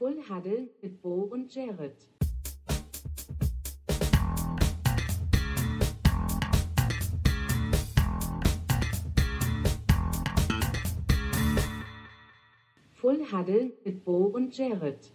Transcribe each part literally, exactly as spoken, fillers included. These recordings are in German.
Full Huddle mit Bo und Jared. Full Huddle mit Bo und Jared.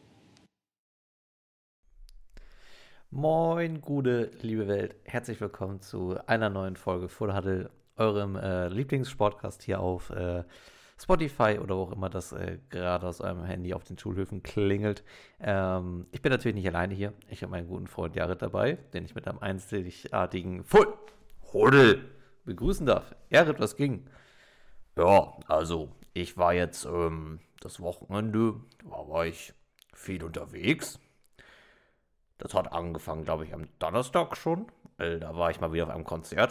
Moin, gute liebe Welt. Herzlich willkommen zu einer neuen Folge Full Huddle, eurem äh, Lieblingssportcast hier auf äh, Spotify oder wo auch immer das äh, gerade aus eurem Handy auf den Schulhöfen klingelt. Ähm, ich bin natürlich nicht alleine hier. Ich habe meinen guten Freund Jared dabei, den ich mit einem einzigartigen Full Huddle begrüßen darf. Jared, was ging? Ja, also ich war jetzt ähm, das Wochenende, da war ich viel unterwegs. Das hat angefangen, glaube ich, am Donnerstag schon. Weil da war ich mal wieder auf einem Konzert.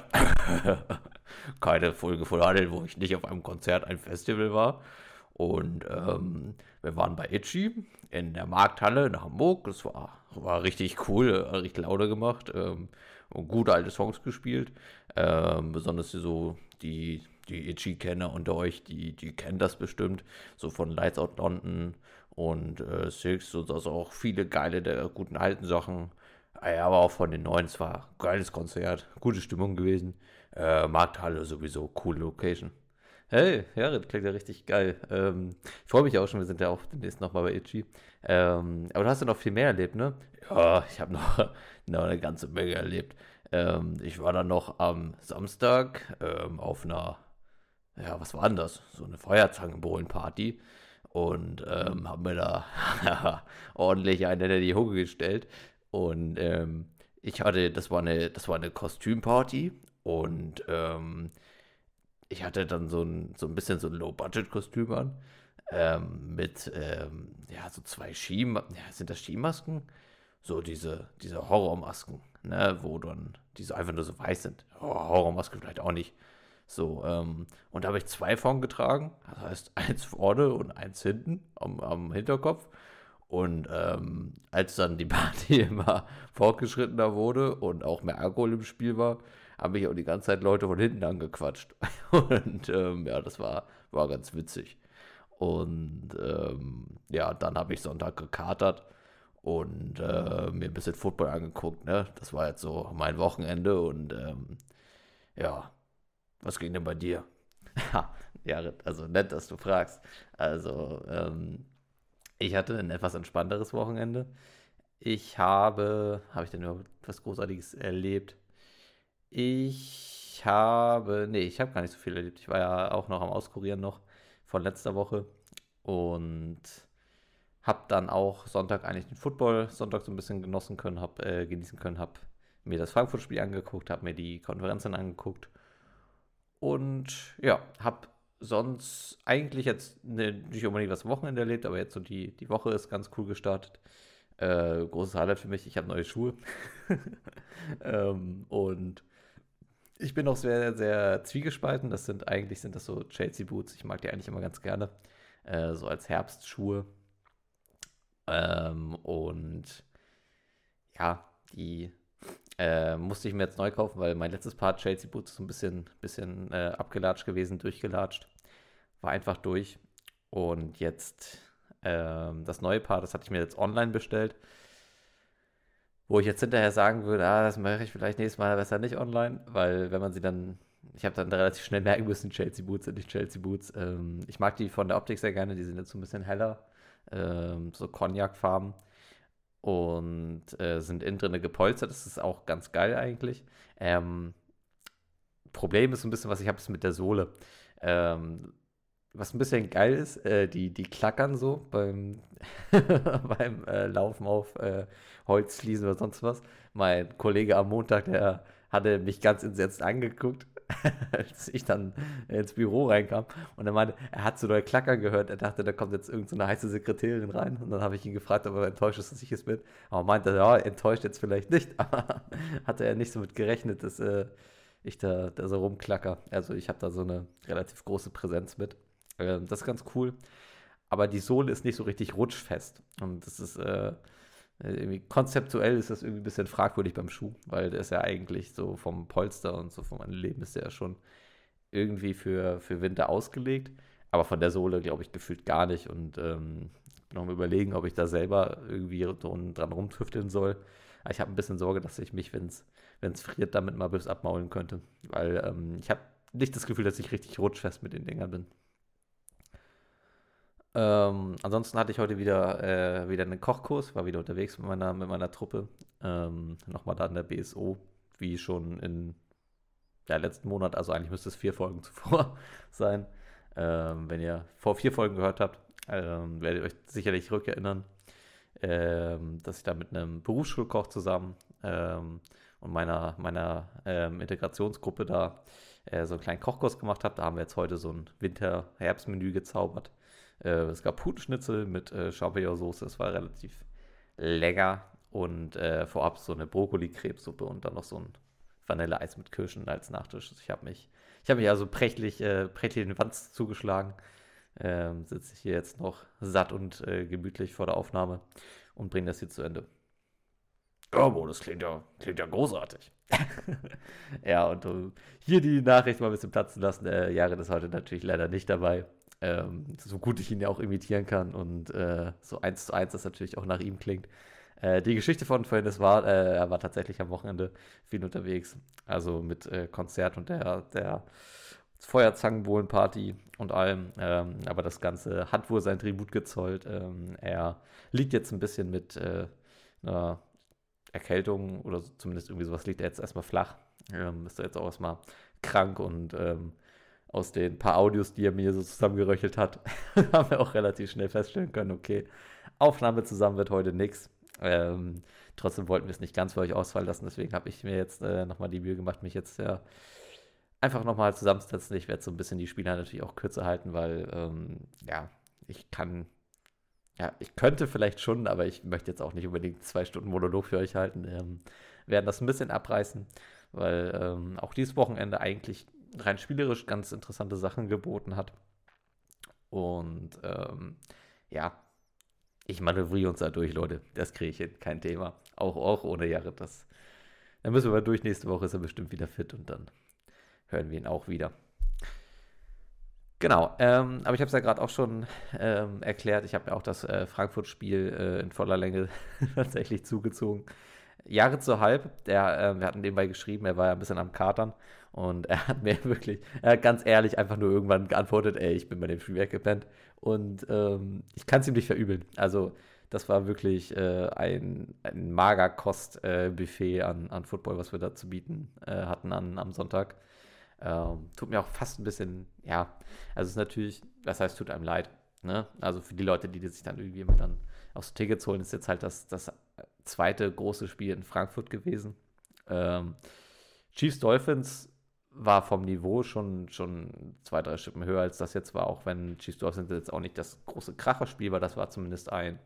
Keine Folge Full Huddle, wo ich nicht auf einem Konzert, ein Festival war. Und ähm, wir waren bei Itchy in der Markthalle in Hamburg. Das war, war richtig cool, äh, richtig lauter gemacht. Ähm, und gute alte Songs gespielt. Ähm, besonders so die, die Itchy-Kenner unter euch, die, die kennen das bestimmt. So von Lights Out London und äh, Six und also auch viele geile der guten alten Sachen. Ja, aber auch von den neuen, es war ein geiles Konzert, gute Stimmung gewesen. Äh, Markthalle sowieso, coole Location. Hey, ja, das klingt ja richtig geil. Ähm, ich freue mich auch schon, wir sind ja auch demnächst nochmal bei Itchy. Ähm, aber du hast ja noch viel mehr erlebt, ne? Ja, ich habe noch, noch eine ganze Menge erlebt. Ähm, ich war dann noch am Samstag ähm, auf einer, ja, was war denn das? So eine Feuerzangenbowlen-Party. Und ähm, haben mir da ordentlich einen in die Hucke gestellt. Und ähm, ich hatte, das war eine, das war eine Kostümparty. Und ähm, ich hatte dann so ein, so ein bisschen so ein Low-Budget-Kostüm an. Ähm, mit, ähm, ja, so zwei Skimasken. Ja, sind das Skimasken? So diese, diese Horrormasken, ne, wo dann, die so einfach nur so weiß sind. Oh, Horrormaske vielleicht auch nicht. So, ähm, und da habe ich zwei von getragen. Das heißt, eins vorne und eins hinten am, am Hinterkopf. Und ähm, als dann die Party immer fortgeschrittener wurde und auch mehr Alkohol im Spiel war, habe ich auch die ganze Zeit Leute von hinten angequatscht. Und ähm, ja, das war, war ganz witzig. Und ähm, ja, dann habe ich Sonntag gekatert und äh, mir ein bisschen Football angeguckt. Ne? Das war jetzt so mein Wochenende und ähm, ja, was ging denn bei dir? Ha, ja, also nett, dass du fragst. Also, ähm, ich hatte ein etwas entspannteres Wochenende. Ich habe, habe ich denn überhaupt was Großartiges erlebt? Ich habe, nee, ich habe gar nicht so viel erlebt. Ich war ja auch noch am Auskurieren noch von letzter Woche und habe dann auch Sonntag eigentlich den Football Sonntag so ein bisschen genossen können, hab, äh, genießen können, habe mir das Frankfurt-Spiel angeguckt, habe mir die Konferenzen angeguckt und ja, habe sonst eigentlich jetzt ne, nicht unbedingt das Wochenende erlebt, aber jetzt so die, die Woche ist ganz cool gestartet. Äh, großes Highlight für mich, ich habe neue Schuhe. ähm, und ich bin auch sehr, sehr zwiegespalten. Das sind eigentlich sind das so Chelsea Boots. Ich mag die eigentlich immer ganz gerne. Äh, so als Herbstschuhe. Ähm, und ja, die äh, musste ich mir jetzt neu kaufen, weil mein letztes Paar Chelsea Boots ist so ein bisschen, bisschen äh, abgelatscht gewesen, durchgelatscht. War einfach durch. Und jetzt ähm, das neue Paar, das hatte ich mir jetzt online bestellt. Wo ich jetzt hinterher sagen würde, ah, das mache ich vielleicht nächstes Mal besser nicht online, weil wenn man sie dann, ich habe dann relativ schnell merken müssen, Chelsea Boots sind nicht Chelsea Boots. Ähm, ich mag die von der Optik sehr gerne, die sind jetzt so ein bisschen heller, ähm, so Cognac-Farben und äh, sind innen drin gepolstert. Das ist auch ganz geil eigentlich. Ähm, Problem ist so ein bisschen, was ich habe, ist mit der Sohle. Ähm, was ein bisschen geil ist, äh, die, die klackern so beim, beim äh, Laufen auf äh, Holzfliesen oder sonst was. Mein Kollege am Montag, der hatte mich ganz entsetzt angeguckt, als ich dann ins Büro reinkam. Und er meinte, er hat so neue Klackern gehört. Er dachte, da kommt jetzt irgend so eine heiße Sekretärin rein. Und dann habe ich ihn gefragt, ob er enttäuscht ist, dass ich es bin. Aber er meinte, ja, enttäuscht jetzt vielleicht nicht. Aber hatte er nicht so mit gerechnet, dass äh, ich da, da so rumklacker. Also ich habe da so eine relativ große Präsenz mit. Ähm, das ist ganz cool. Aber die Sohle ist nicht so richtig rutschfest. Und das ist äh, irgendwie konzeptuell ist das irgendwie ein bisschen fragwürdig beim Schuh, weil der ist ja eigentlich so vom Polster und so von meinem Leben ist der ja schon irgendwie für, für Winter ausgelegt. Aber von der Sohle glaube ich gefühlt gar nicht. Und ähm, noch am Überlegen, ob ich da selber irgendwie dran rumtüfteln soll. Aber ich habe ein bisschen Sorge, dass ich mich, wenn es friert, damit mal bis abmaulen könnte. Weil ähm, ich habe nicht das Gefühl, dass ich richtig rutschfest mit den Dingern bin. Ähm, ansonsten hatte ich heute wieder, äh, wieder einen Kochkurs, war wieder unterwegs mit meiner, mit meiner Truppe. Ähm, nochmal da in der B S O, wie schon in ja, letzten Monat, also eigentlich müsste es vier Folgen zuvor sein. Ähm, wenn ihr vor vier Folgen gehört habt, ähm, werdet ihr euch sicherlich rückerinnern, ähm, dass ich da mit einem Berufsschulkoch zusammen ähm, und meiner, meiner ähm, Integrationsgruppe da äh, so einen kleinen Kochkurs gemacht habe. Da haben wir jetzt heute so ein Winter-Herbst-Menü gezaubert. Äh, es gab Putenschnitzel mit äh, Champignonsauce, es war relativ lecker und äh, vorab so eine Brokkoli-Krebssuppe und dann noch so ein Vanilleeis mit Kirschen als Nachtisch. Ich habe mich, ich habe mich also prächtig, äh, prächtig den Wanz zugeschlagen. Ähm, sitze ich hier jetzt noch satt und äh, gemütlich vor der Aufnahme und bringe das hier zu Ende. Ja, Bo, das klingt ja, klingt ja großartig. Ja, und um hier die Nachricht mal ein bisschen platzen lassen. Äh, Jared ist heute natürlich leider nicht dabei. Ähm, so gut ich ihn ja auch imitieren kann und äh, so eins zu eins das natürlich auch nach ihm klingt. Äh, die Geschichte von vorhin, das war, äh, er war tatsächlich am Wochenende viel unterwegs. Also mit äh, Konzert und der, der Feuerzangenbowlen-Party und allem. Ähm, aber das Ganze hat wohl sein Tribut gezollt. Ähm, er liegt jetzt ein bisschen mit äh, einer Erkältung oder so, zumindest irgendwie sowas, liegt er jetzt erstmal flach. Ähm, ist er jetzt auch erstmal krank und ähm, aus den paar Audios, die er mir so zusammengeröchelt hat, haben wir auch relativ schnell feststellen können, okay, Aufnahme zusammen wird heute nichts. Ähm, trotzdem wollten wir es nicht ganz für euch ausfallen lassen, deswegen habe ich mir jetzt äh, nochmal die Mühe gemacht, mich jetzt ja einfach nochmal zusammensetzen. Ich werde so ein bisschen die Spieler natürlich auch kürzer halten, weil ähm, ja, ich kann, ja, ich könnte vielleicht schon, aber ich möchte jetzt auch nicht unbedingt zwei Stunden Monolog für euch halten. Ähm, werden das ein bisschen abreißen, weil ähm, auch dieses Wochenende eigentlich rein spielerisch ganz interessante Sachen geboten hat. Und ähm, ja, ich manövriere uns da durch, Leute. Das kriege ich hin, kein Thema. Auch, auch ohne Jared. Das, dann müssen wir durch. Nächste Woche ist er bestimmt wieder fit und dann hören wir ihn auch wieder. Genau, ähm, aber ich habe es ja gerade auch schon ähm, erklärt. Ich habe mir auch das äh, Frankfurt-Spiel äh, in voller Länge tatsächlich zugezogen. Jared so halb, der, äh, wir hatten nebenbei geschrieben, er war ja ein bisschen am Katern und er hat mir wirklich, er hat ganz ehrlich einfach nur irgendwann geantwortet, ey, ich bin bei dem Spiel weggepennt und ähm, ich kann es ihm nicht verübeln. Also das war wirklich äh, ein, ein Magerkost-Buffet äh, an, an Football, was wir da zu bieten äh, hatten an, am Sonntag. Ähm, tut mir auch fast ein bisschen, ja, also es ist natürlich, das heißt, tut einem leid, ne? Also für die Leute, die sich dann irgendwie mit dann aufs Tickets holen, ist jetzt halt das, das zweite große Spiel in Frankfurt gewesen. Ähm, Chiefs Dolphins war vom Niveau schon, schon zwei, drei Schippen höher als das jetzt war, auch wenn Chiefs Dolphins jetzt auch nicht das große Kracherspiel war, das war zumindest ein,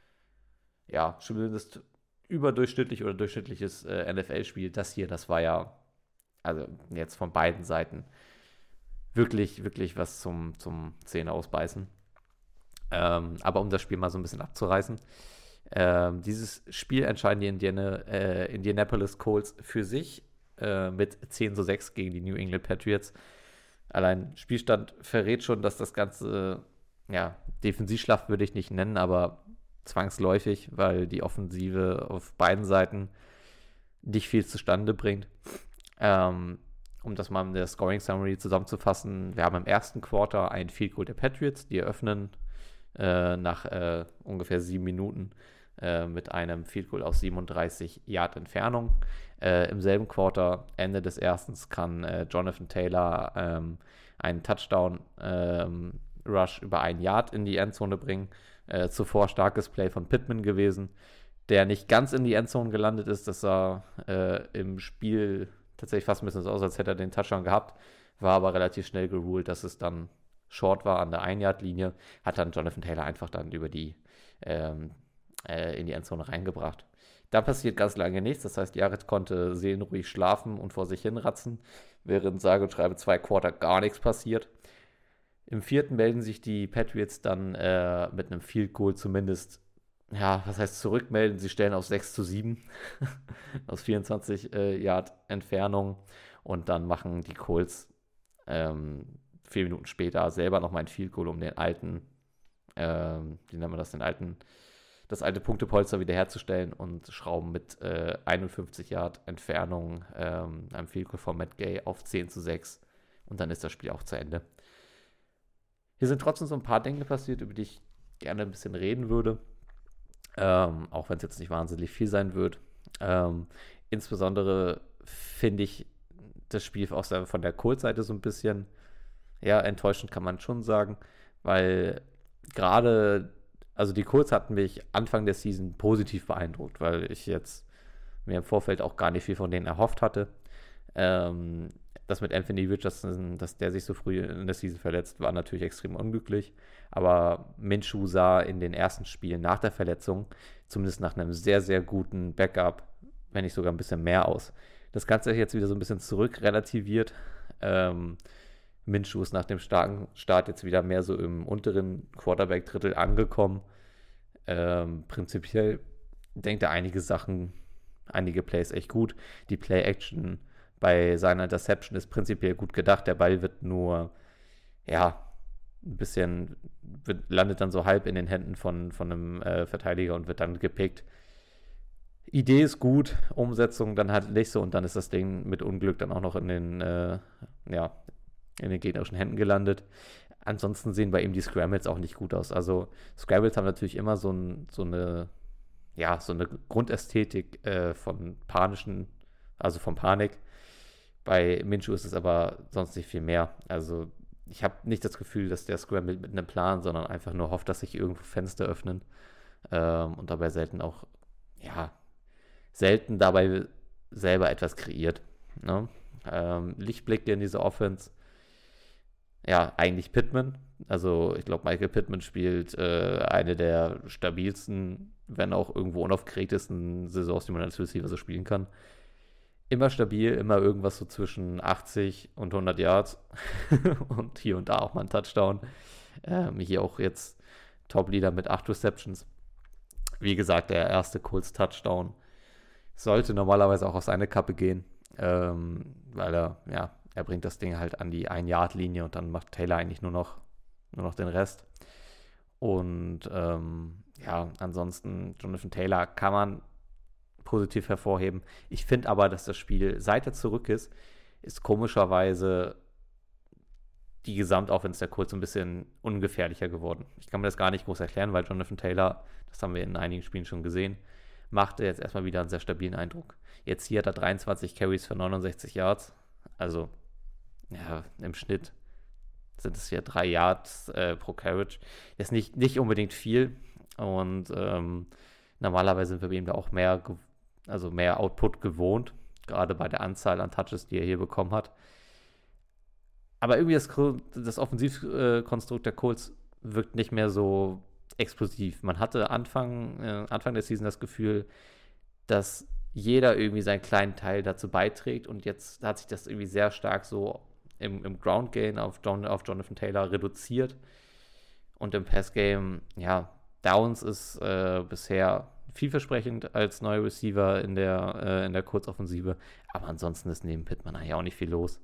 ja, zumindest überdurchschnittlich oder durchschnittliches äh, N F L-Spiel. Das hier, das war ja, also jetzt von beiden Seiten, wirklich, wirklich was zum, zum Zähne ausbeißen. Ähm, aber um das Spiel mal so ein bisschen abzureißen, ähm, dieses Spiel entscheiden die Indiana, äh, Indianapolis Colts für sich äh, mit zehn zu sechs gegen die New England Patriots. Allein Spielstand verrät schon, dass das Ganze, ja, Defensivschlacht würde ich nicht nennen, aber zwangsläufig, weil die Offensive auf beiden Seiten nicht viel zustande bringt. Ähm, um das mal in der Scoring Summary zusammenzufassen, wir haben im ersten Quarter ein Field Goal der Patriots, die eröffnen äh, nach äh, ungefähr sieben Minuten äh, mit einem Field Goal aus siebenunddreißig Yard Entfernung. Äh, Im selben Quarter, Ende des ersten, kann äh, Jonathan Taylor ähm, einen Touchdown ähm, Rush über ein Yard in die Endzone bringen. Äh, zuvor starkes Play von Pittman gewesen, der nicht ganz in die Endzone gelandet ist. Das sah äh, im Spiel tatsächlich fast ein bisschen so aus, als hätte er den Touchdown gehabt, war aber relativ schnell geruled, dass es dann short war an der Ein-Yard-Linie, hat dann Jonathan Taylor einfach dann über die ähm, äh, in die Endzone reingebracht. Da passiert ganz lange nichts, das heißt, Jared konnte seelenruhig schlafen und vor sich hinratzen, während sage und schreibe zwei Quarter gar nichts passiert. Im vierten melden sich die Patriots dann äh, mit einem Field Goal zumindest, ja, was heißt zurückmelden? Sie stellen auf sechs zu sieben aus vierundzwanzig äh, Yard Entfernung und dann machen die Colts ähm, vier Minuten später selber nochmal ein Field Goal, um den alten ähm, wie nennt man das, den alten, das alte Punktepolster wiederherzustellen und schrauben mit äh, einundfünfzig Yard Entfernung ähm, einem Field Goal von Matt Gay auf zehn zu sechs und dann ist das Spiel auch zu Ende. Hier sind trotzdem so ein paar Dinge passiert, über die ich gerne ein bisschen reden würde, ähm, auch wenn es jetzt nicht wahnsinnig viel sein wird. Ähm, insbesondere finde ich das Spiel aus der, von der Colts-Seite so ein bisschen, ja, enttäuschend kann man schon sagen, weil gerade, also die Colts hatten mich Anfang der Season positiv beeindruckt, weil ich jetzt mir im Vorfeld auch gar nicht viel von denen erhofft hatte. Ähm, das mit Anthony Richardson, dass der sich so früh in der Season verletzt, war natürlich extrem unglücklich. Aber Minshew sah in den ersten Spielen nach der Verletzung zumindest nach einem sehr, sehr guten Backup, wenn nicht sogar ein bisschen mehr aus. Das Ganze ist jetzt wieder so ein bisschen zurückrelativiert. Ähm, Minshew ist nach dem starken Start jetzt wieder mehr so im unteren Quarterback-Drittel angekommen. Ähm, prinzipiell denkt er einige Sachen, einige Plays echt gut. Die Play-Action bei seiner Interception ist prinzipiell gut gedacht. Der Ball wird nur, ja, ein bisschen, wird, landet dann so halb in den Händen von, von einem äh, Verteidiger und wird dann gepickt. Idee ist gut, Umsetzung dann halt nicht so und dann ist das Ding mit Unglück dann auch noch in den, äh, ja, in den gegnerischen Händen gelandet. Ansonsten sehen bei ihm die Scrambles auch nicht gut aus. Also Scrambles haben natürlich immer so, ein, so eine, ja, so eine Grundästhetik äh, von panischen, also von Panik. Bei Minshew ist es aber sonst nicht viel mehr. Also ich habe nicht das Gefühl, dass der scrambled mit einem Plan, sondern einfach nur hofft, dass sich irgendwo Fenster öffnen ähm, und dabei selten auch, ja, selten dabei selber etwas kreiert. Ne? Ähm, Lichtblicke in diese Offense, ja, eigentlich Pittman. Also ich glaube, Michael Pittman spielt äh, eine der stabilsten, wenn auch irgendwo unaufgeregtesten Saisons, die man als Receiver so spielen kann. Immer stabil, immer irgendwas so zwischen achtzig und hundert Yards und hier und da auch mal ein Touchdown. Ähm, hier auch jetzt Top-Leader mit acht Receptions. Wie gesagt, der erste Colts-Touchdown sollte normalerweise auch auf seine Kappe gehen, ähm, weil er, ja, er bringt das Ding halt an die ein-Yard-Linie und dann macht Taylor eigentlich nur noch, nur noch den Rest. Und ähm, ja, ansonsten Jonathan Taylor kann man positiv hervorheben. Ich finde aber, dass das Spiel, seit er zurück ist, ist komischerweise die Gesamtoffense der Colts ein bisschen ungefährlicher geworden. Ich kann mir das gar nicht groß erklären, weil Jonathan Taylor, das haben wir in einigen Spielen schon gesehen, machte jetzt erstmal wieder einen sehr stabilen Eindruck. Jetzt hier hat er dreiundzwanzig Carries für neunundsechzig Yards. Also, ja, im Schnitt sind es ja drei Yards äh, pro Carriage. Das ist nicht, nicht unbedingt viel. Und ähm, normalerweise sind wir bei ihm da auch mehr, also mehr Output gewohnt. Gerade bei der Anzahl an Touches, die er hier bekommen hat. Aber irgendwie das, das Offensivkonstrukt der Colts wirkt nicht mehr so explosiv. Man hatte Anfang, äh, Anfang der Season das Gefühl, dass jeder irgendwie seinen kleinen Teil dazu beiträgt und jetzt hat sich das irgendwie sehr stark so im, im Ground Game auf, John, auf Jonathan Taylor reduziert und im Pass Game, ja, Downs ist äh, bisher vielversprechend als neuer Receiver in der, äh, in der Kurzoffensive, aber ansonsten ist neben Pittman eigentlich auch nicht viel los.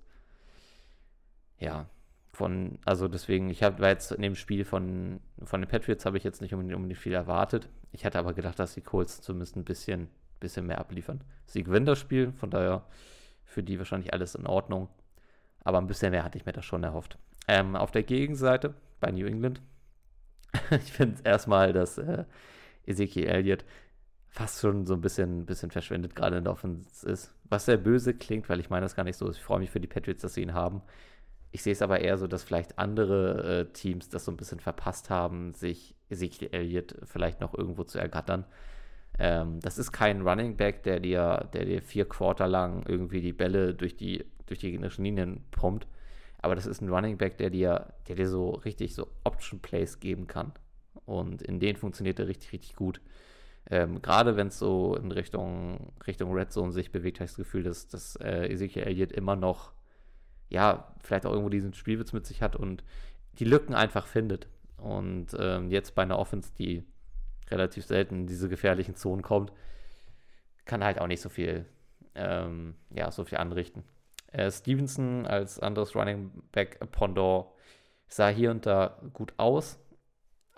Ja, von, also deswegen, ich habe jetzt in dem Spiel von, von den Patriots habe ich jetzt nicht unbedingt, unbedingt viel erwartet. Ich hatte aber gedacht, dass die Colts zumindest ein bisschen, bisschen mehr abliefern. Sie gewinnen das Spiel, von daher für die wahrscheinlich alles in Ordnung. Aber ein bisschen mehr hatte ich mir das schon erhofft. Ähm, auf der Gegenseite bei New England, ich finde erstmal, dass äh, Ezekiel Elliott fast schon so ein bisschen, bisschen verschwendet gerade in der Offense ist. Was sehr böse klingt, weil ich meine das gar nicht so. Ich freue mich für die Patriots, dass sie ihn haben. Ich sehe es aber eher so, dass vielleicht andere äh, Teams das so ein bisschen verpasst haben, sich Ezekiel Elliott vielleicht noch irgendwo zu ergattern. Ähm, das ist kein Running Back, der dir, der dir vier Quarter lang irgendwie die Bälle durch die, durch die gegnerischen Linien pumpt. Aber das ist ein Running Back, der dir, der dir so richtig so Option Plays geben kann. Und in denen funktioniert er richtig, richtig gut. Ähm, gerade wenn es so in Richtung, Richtung Red Zone sich bewegt, habe ich das Gefühl, dass, dass äh, Ezekiel Elliott immer noch, ja, vielleicht auch irgendwo diesen Spielwitz mit sich hat und die Lücken einfach findet. Und ähm, jetzt bei einer Offense, die relativ selten in diese gefährlichen Zonen kommt, kann halt auch nicht so viel, ähm, ja, so viel anrichten. Äh, Stevenson als anderes Running Back Pendant sah hier und da gut aus.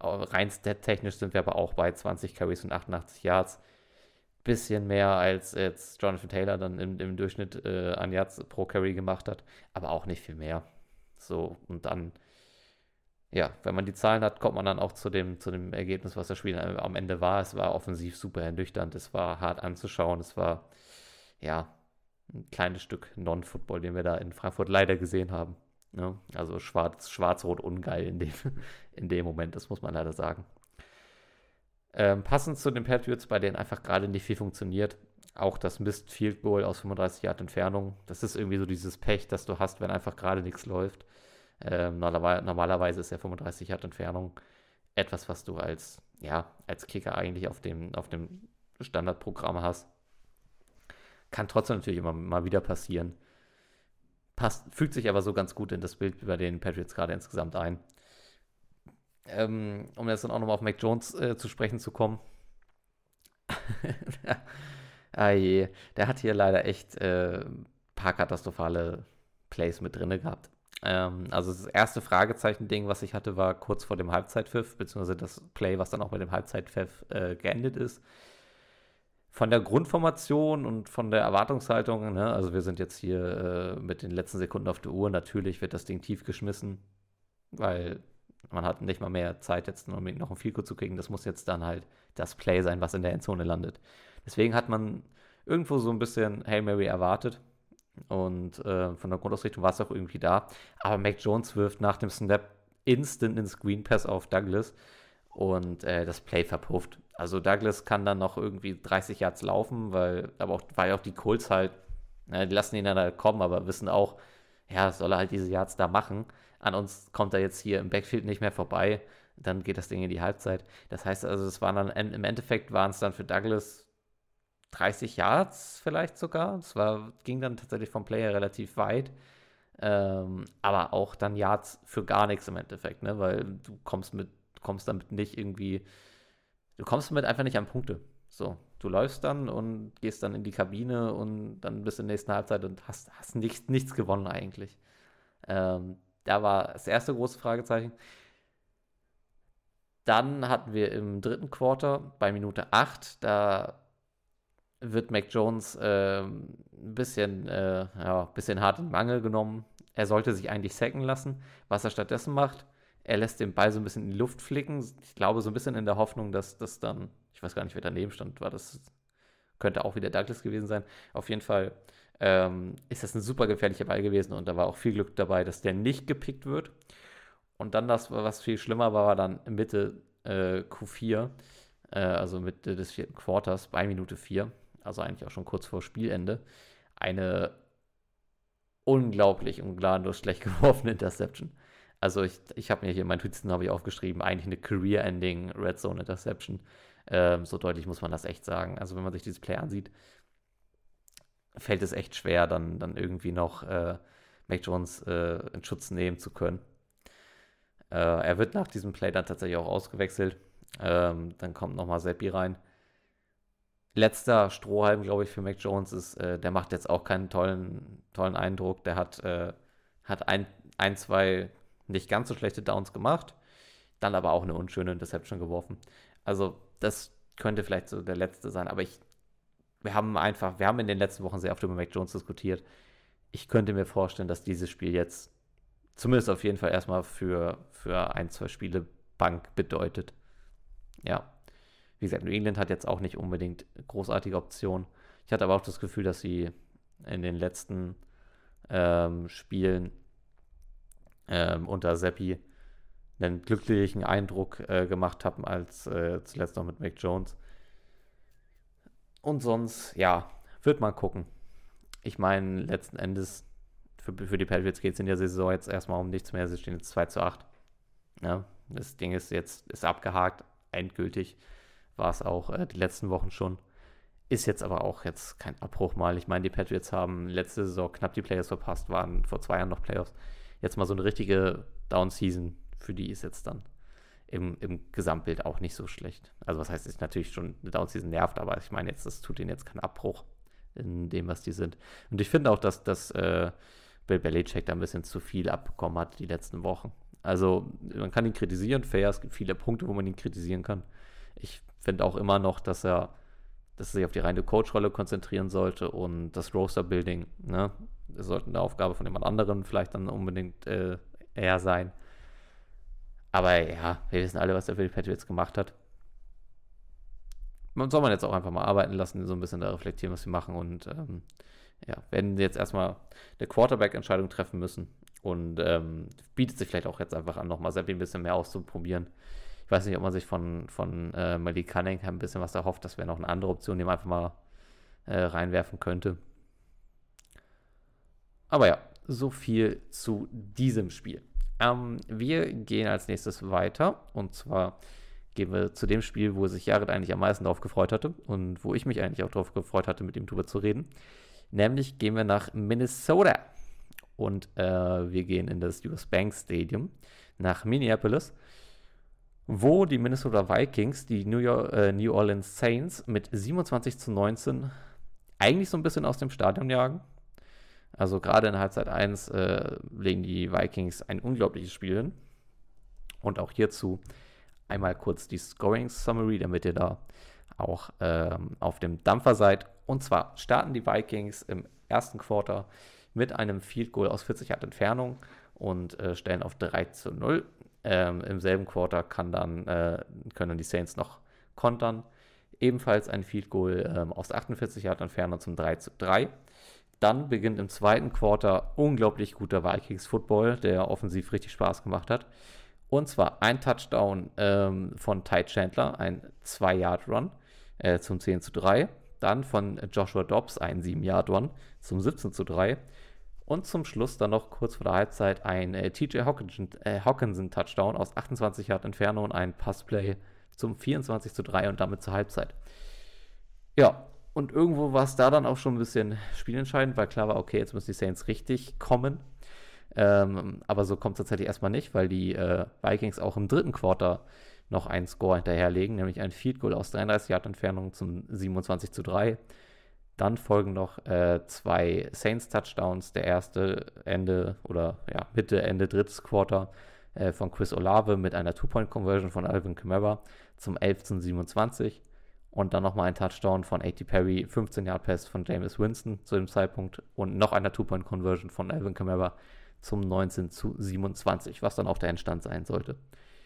rein stat-technisch sind wir aber auch bei zwanzig Carries und achtundachtzig Yards. Bisschen mehr als jetzt Jonathan Taylor dann im, im Durchschnitt äh, an Yards pro Carry gemacht hat, aber auch nicht viel mehr. So, und dann, ja, wenn man die Zahlen hat, kommt man dann auch zu dem, zu dem Ergebnis, was das Spiel am Ende war. Es war offensiv super ernüchternd, es war hart anzuschauen, es war, ja, ein kleines Stück Non-Football, den wir da in Frankfurt leider gesehen haben. Ne? Also schwarz, schwarz-rot ungeil in dem, in dem Moment, das muss man leider sagen. Ähm, passend zu den Patriots, bei denen einfach gerade nicht viel funktioniert. Auch das Missed Field Goal aus fünfunddreißig Yard Entfernung. Das ist irgendwie so dieses Pech, das du hast, wenn einfach gerade nichts läuft. Ähm, normalerweise, normalerweise ist ja fünfunddreißig Yard Entfernung etwas, was du als, ja, als Kicker eigentlich auf dem, auf dem Standardprogramm hast. Kann trotzdem natürlich immer mal wieder passieren. Passt, fügt sich aber so ganz gut in das Bild über den Patriots gerade insgesamt ein. Ähm, um jetzt dann auch nochmal auf Mac Jones äh, zu sprechen zu kommen. ah je, der hat hier leider echt ein äh, paar katastrophale Plays mit drin gehabt. Ähm, also das erste Fragezeichen-Ding, was ich hatte, war kurz vor dem Halbzeitpfiff, beziehungsweise das Play, was dann auch mit dem Halbzeitpfiff äh, geendet ist. Von der Grundformation und von der Erwartungshaltung, ne, also wir sind jetzt hier äh, mit den letzten Sekunden auf der Uhr, natürlich wird das Ding tief geschmissen, weil man hat nicht mal mehr Zeit, jetzt noch ein Field Goal zu kriegen. Das muss jetzt dann halt das Play sein, was in der Endzone landet. Deswegen hat man irgendwo so ein bisschen Hail Mary erwartet. Und äh, von der Grundausrichtung war es auch irgendwie da. Aber Mac Jones wirft nach dem Snap instant einen Screen Pass auf Douglas. Und äh, das Play verpufft. Also Douglas kann dann noch irgendwie dreißig Yards laufen, weil, aber auch, weil auch die Colts halt, na, die lassen ihn dann halt kommen, aber wissen auch, ja, soll er halt diese Yards da machen. An uns kommt er jetzt hier im Backfield nicht mehr vorbei. Dann geht das Ding in die Halbzeit. Das heißt also, es waren dann im Endeffekt waren es dann für Douglas dreißig Yards vielleicht sogar. Es war, ging dann tatsächlich vom Player relativ weit. Ähm, aber auch dann Yards für gar nichts im Endeffekt, ne? Weil du kommst mit, kommst damit nicht irgendwie, du kommst damit einfach nicht an Punkte. So, du läufst dann und gehst dann in die Kabine und dann bist du in der nächsten Halbzeit und hast, hast nichts, nichts gewonnen eigentlich. Ähm, Da war das erste große Fragezeichen. Dann hatten wir im dritten Quarter bei Minute acht, da wird Mac Jones äh, ein bisschen, äh, ja, bisschen hart in den Mangel genommen. Er sollte sich eigentlich sacken lassen. Was er stattdessen macht, er lässt den Ball so ein bisschen in die Luft flicken. Ich glaube, so ein bisschen in der Hoffnung, dass das dann, ich weiß gar nicht, wer daneben stand, war das, könnte auch wieder Douglas gewesen sein. Auf jeden Fall ähm, ist das ein super gefährlicher Ball gewesen und da war auch viel Glück dabei, dass der nicht gepickt wird. Und dann das, was viel schlimmer war, war dann Mitte äh, Q vier, äh, also Mitte des vierten Quarters, bei Minute vier, also eigentlich auch schon kurz vor Spielende, eine unglaublich und gnadenlos schlecht geworfene Interception. Also ich, ich habe mir hier in meinen Tweets habe ich aufgeschrieben, eigentlich eine Career-Ending Red Zone Interception. Ähm, so deutlich muss man das echt sagen. Also wenn man sich dieses Play ansieht, fällt es echt schwer, dann, dann irgendwie noch äh, Mac Jones äh, in Schutz nehmen zu können. Äh, er wird nach diesem Play dann tatsächlich auch ausgewechselt. Ähm, dann kommt nochmal Seppi rein. Letzter Strohhalm, glaube ich, für Mac Jones ist, äh, der macht jetzt auch keinen tollen, tollen Eindruck. Der hat, äh, hat ein, ein, zwei nicht ganz so schlechte Downs gemacht, dann aber auch eine unschöne Interception geworfen. Also das könnte vielleicht so der letzte sein, aber ich, wir haben einfach, wir haben in den letzten Wochen sehr oft über Mac Jones diskutiert. Ich könnte mir vorstellen, dass dieses Spiel jetzt zumindest auf jeden Fall erstmal für, für ein, zwei Spiele Bank bedeutet. Ja. Wie gesagt, New England hat jetzt auch nicht unbedingt großartige Optionen. Ich hatte aber auch das Gefühl, dass sie in den letzten ähm, Spielen ähm, unter Seppi einen glücklichen Eindruck äh, gemacht haben, als äh, zuletzt noch mit Mac Jones. Und sonst, ja, wird man gucken. Ich meine, letzten Endes, für, für die Patriots geht es in der Saison jetzt erstmal um nichts mehr. Sie stehen jetzt zwei zu acht. Ja, das Ding ist jetzt ist abgehakt, endgültig. War es auch äh, die letzten Wochen schon. Ist jetzt aber auch jetzt kein Abbruch mal. Ich meine, die Patriots haben letzte Saison knapp die Playoffs verpasst, waren vor zwei Jahren noch Playoffs. Jetzt mal so eine richtige Down-Season, für die ist jetzt dann im, im Gesamtbild auch nicht so schlecht. Also was heißt, ist natürlich schon eine Down-Season nervt, aber ich meine, jetzt das tut ihnen jetzt keinen Abbruch in dem, was die sind. Und ich finde auch, dass, dass äh, Bill Belichick da ein bisschen zu viel abbekommen hat die letzten Wochen. Also man kann ihn kritisieren, fair, es gibt viele Punkte, wo man ihn kritisieren kann. Ich finde auch immer noch, dass er, dass er sich auf die reine Coach-Rolle konzentrieren sollte und das Roster-Building, ne, das sollte eine Aufgabe von jemand anderem vielleicht dann unbedingt äh, eher sein. Aber ja, wir wissen alle, was er für die Patriots gemacht hat. Man soll man jetzt auch einfach mal arbeiten lassen, so ein bisschen da reflektieren, was sie machen und ähm, ja, werden jetzt erstmal eine Quarterback-Entscheidung treffen müssen und ähm, bietet sich vielleicht auch jetzt einfach an, nochmal Seppi ein bisschen mehr auszuprobieren. Ich weiß nicht, ob man sich von, von äh, Malik Cunningham ein bisschen was erhofft, das wäre noch eine andere Option, die man einfach mal äh, reinwerfen könnte. Aber ja, so viel zu diesem Spiel. Ähm, wir gehen als nächstes weiter und zwar gehen wir zu dem Spiel, wo sich Jared eigentlich am meisten darauf gefreut hatte und wo ich mich eigentlich auch darauf gefreut hatte, mit ihm drüber zu reden. Nämlich gehen wir nach Minnesota und äh, wir gehen in das U S Bank Stadium nach Minneapolis, wo die Minnesota Vikings die New, York, äh, New Orleans Saints mit siebenundzwanzig zu neunzehn eigentlich so ein bisschen aus dem Stadion jagen. Also gerade in Halbzeit eins äh, legen die Vikings ein unglaubliches Spiel hin. Und auch hierzu einmal kurz die Scoring Summary, damit ihr da auch ähm, auf dem Dampfer seid. Und zwar starten die Vikings im ersten Quarter mit einem Field Goal aus vierzig Yard Entfernung und äh, stellen auf drei zu null. Ähm, Im selben Quarter kann dann, äh, können die Saints noch kontern. Ebenfalls ein Field Goal ähm, aus achtundvierzig Yard Entfernung zum drei zu drei. Dann beginnt im zweiten Quarter unglaublich guter Vikings-Football, der offensiv richtig Spaß gemacht hat. Und zwar ein Touchdown ähm, von Ty Chandler, ein zwei Yard Run äh, zum zehn zu drei. Dann von Joshua Dobbs ein sieben Yard Run zum siebzehn zu drei. Und zum Schluss dann noch kurz vor der Halbzeit ein äh, T J Hockenson, äh, Hockenson Touchdown aus achtundzwanzig Yard Entfernung und ein Passplay zum vierundzwanzig zu drei und damit zur Halbzeit. Ja, und irgendwo war es da dann auch schon ein bisschen spielentscheidend, weil klar war, okay, jetzt müssen die Saints richtig kommen. Ähm, aber so kommt es tatsächlich erstmal nicht, weil die äh, Vikings auch im dritten Quarter noch einen Score hinterherlegen, nämlich ein Field Goal aus dreiunddreißig Yard Entfernung zum siebenundzwanzig zu drei. Dann folgen noch äh, zwei Saints-Touchdowns. Der erste Ende oder ja, Mitte, Ende drittes Quarter äh, von Chris Olave mit einer Two-Point-Conversion von Alvin Kamara zum elf zu siebenundzwanzig. Und dann nochmal ein Touchdown von A T Perry, fünfzehn Yard Pass von Jameis Winston zu dem Zeitpunkt und noch einer Two-Point-Conversion von Alvin Kamara zum neunzehn zu siebenundzwanzig, was dann auch der Endstand sein sollte.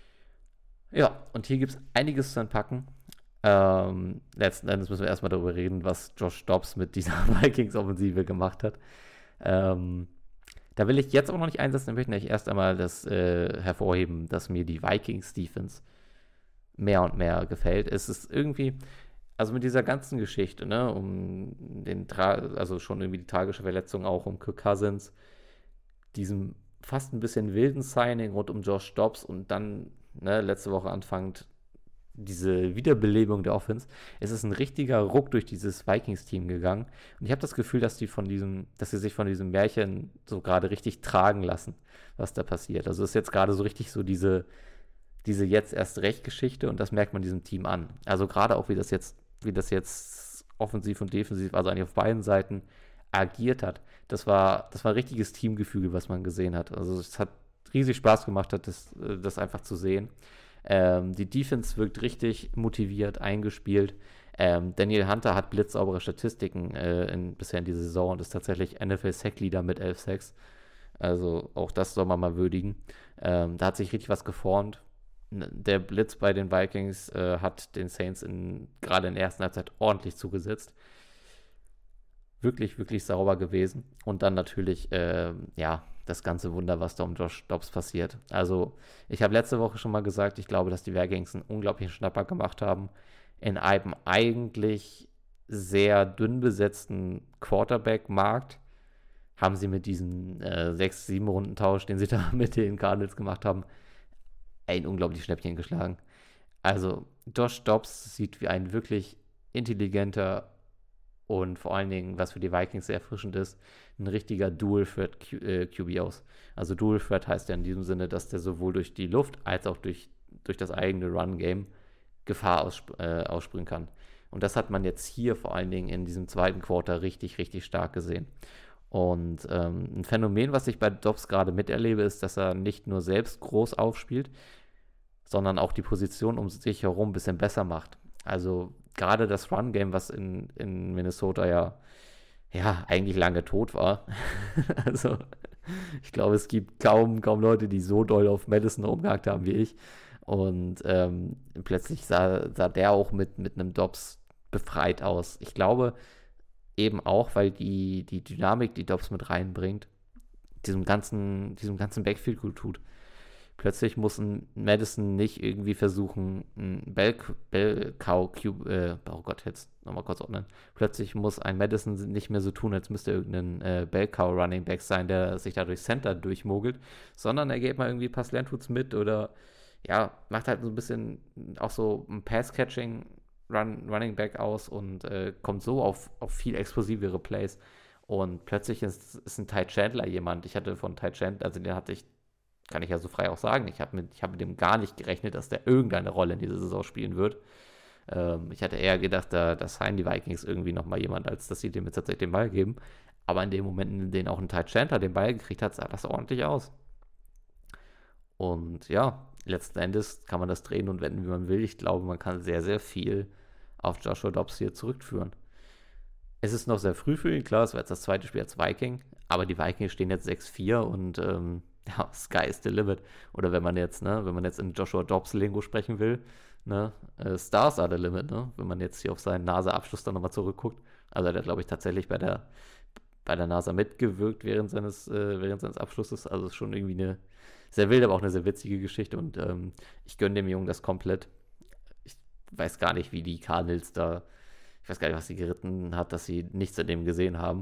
Ja, und hier gibt es einiges zu entpacken. Ähm, letzten Endes müssen wir erstmal darüber reden, was Josh Dobbs mit dieser Vikings-Offensive gemacht hat. Ähm, da will ich jetzt auch noch nicht einsetzen, ich möchte nämlich erst einmal das äh, hervorheben, dass mir die Vikings-Defense mehr und mehr gefällt. Es ist irgendwie, also mit dieser ganzen Geschichte, ne, um den, Tra- also schon irgendwie die tragische Verletzung auch um Kirk Cousins, diesem fast ein bisschen wilden Signing rund um Josh Dobbs und dann, ne, letzte Woche anfangend diese Wiederbelebung der Offense, es ist ein richtiger Ruck durch dieses Vikings-Team gegangen. Und ich habe das Gefühl, dass die von diesem, dass sie sich von diesem Märchen so gerade richtig tragen lassen, was da passiert. Also es ist jetzt gerade so richtig so diese, diese jetzt erst recht Geschichte und das merkt man diesem Team an. Also gerade auch, wie das jetzt, wie das jetzt offensiv und defensiv, also eigentlich auf beiden Seiten agiert hat. Das war, das war ein richtiges Teamgefüge, was man gesehen hat. Also es hat riesig Spaß gemacht, hat das, das einfach zu sehen. Ähm, die Defense wirkt richtig motiviert, eingespielt. Ähm, Daniel Hunter hat blitzsaubere Statistiken äh, in, bisher in dieser Saison und ist tatsächlich N F L-Sack-Leader mit elf Sacks. Also auch das soll man mal würdigen. Ähm, da hat sich richtig was geformt. Der Blitz bei den Vikings äh, hat den Saints in, gerade in der ersten Halbzeit ordentlich zugesetzt. Wirklich, wirklich sauber gewesen. Und dann natürlich, äh, ja, das ganze Wunder, was da um Josh Dobbs passiert. Also, ich habe letzte Woche schon mal gesagt, ich glaube, dass die Vikings einen unglaublichen Schnapper gemacht haben. In einem eigentlich sehr dünn besetzten Quarterback-Markt haben sie mit diesem äh, sechs sieben Rundentausch, den sie da mit den Cardinals gemacht haben, ein unglaubliches Schnäppchen geschlagen. Also, Josh Dobbs sieht wie ein wirklich intelligenter und vor allen Dingen, was für die Vikings sehr erfrischend ist, ein richtiger Dual-Threat Q B aus. Also Dual-Threat heißt ja in diesem Sinne, dass der sowohl durch die Luft als auch durch, durch das eigene Run-Game Gefahr aussp- äh, ausspringen kann. Und das hat man jetzt hier vor allen Dingen in diesem zweiten Quarter richtig, richtig stark gesehen. Und ähm, ein Phänomen, was ich bei Dobbs gerade miterlebe, ist, dass er nicht nur selbst groß aufspielt, sondern auch die Position um sich herum ein bisschen besser macht. Also gerade das Run-Game, was in, in Minnesota ja, ja eigentlich lange tot war. Also ich glaube, es gibt kaum, kaum Leute, die so doll auf Madison rumgehackt haben wie ich. Und ähm, plötzlich sah, sah der auch mit, mit einem Dobbs befreit aus. Ich glaube eben auch, weil die, die Dynamik, die Dobbs mit reinbringt, diesem ganzen, diesem ganzen Backfield gut tut. Plötzlich muss ein Madison nicht irgendwie versuchen, ein Bell, Bell Cow Cube, äh, oh Gott, jetzt nochmal kurz ordnen. Plötzlich muss ein Madison nicht mehr so tun, als müsste irgendein äh, Bell Cow Running Back sein, der sich da durch Center durchmogelt, sondern er geht mal irgendwie ein paar Slant-Routes mit oder ja, macht halt so ein bisschen auch so ein Pass-Catching Run, Running Back aus und äh, kommt so auf, auf viel explosivere Plays. Und plötzlich ist, ist ein Ty Chandler jemand. Ich hatte von Ty Chandler, also den hatte ich, kann ich ja so frei auch sagen, ich habe mit, ich hab mit dem gar nicht gerechnet, dass der irgendeine Rolle in dieser Saison spielen wird. Ähm, ich hatte eher gedacht, da, da seien die Vikings irgendwie nochmal jemand, als dass sie dem jetzt tatsächlich den Ball geben. Aber in dem Moment, in dem auch ein Ty Chandler den Ball gekriegt hat, sah das ordentlich aus. Und ja, letzten Endes kann man das drehen und wenden, wie man will. Ich glaube, man kann sehr, sehr viel auf Joshua Dobbs hier zurückführen. Es ist noch sehr früh für ihn, klar, es war jetzt das zweite Spiel als Viking, aber die Vikings stehen jetzt sechs vier und ähm, ja, Sky is the limit. Oder wenn man jetzt, ne, wenn man jetzt in Joshua Dobbs Lingo sprechen will, ne, äh, Stars are the limit, ne, wenn man jetzt hier auf seinen NASA-Abschluss dann nochmal zurückguckt. Also der, glaube ich, tatsächlich bei der, bei der NASA mitgewirkt während seines, äh, während seines Abschlusses. Also ist schon irgendwie eine sehr wilde, aber auch eine sehr witzige Geschichte und ähm, ich gönne dem Jungen das komplett. Ich weiß gar nicht, wie die Cardinals da, ich weiß gar nicht, was sie geritten hat, dass sie nichts in dem gesehen haben.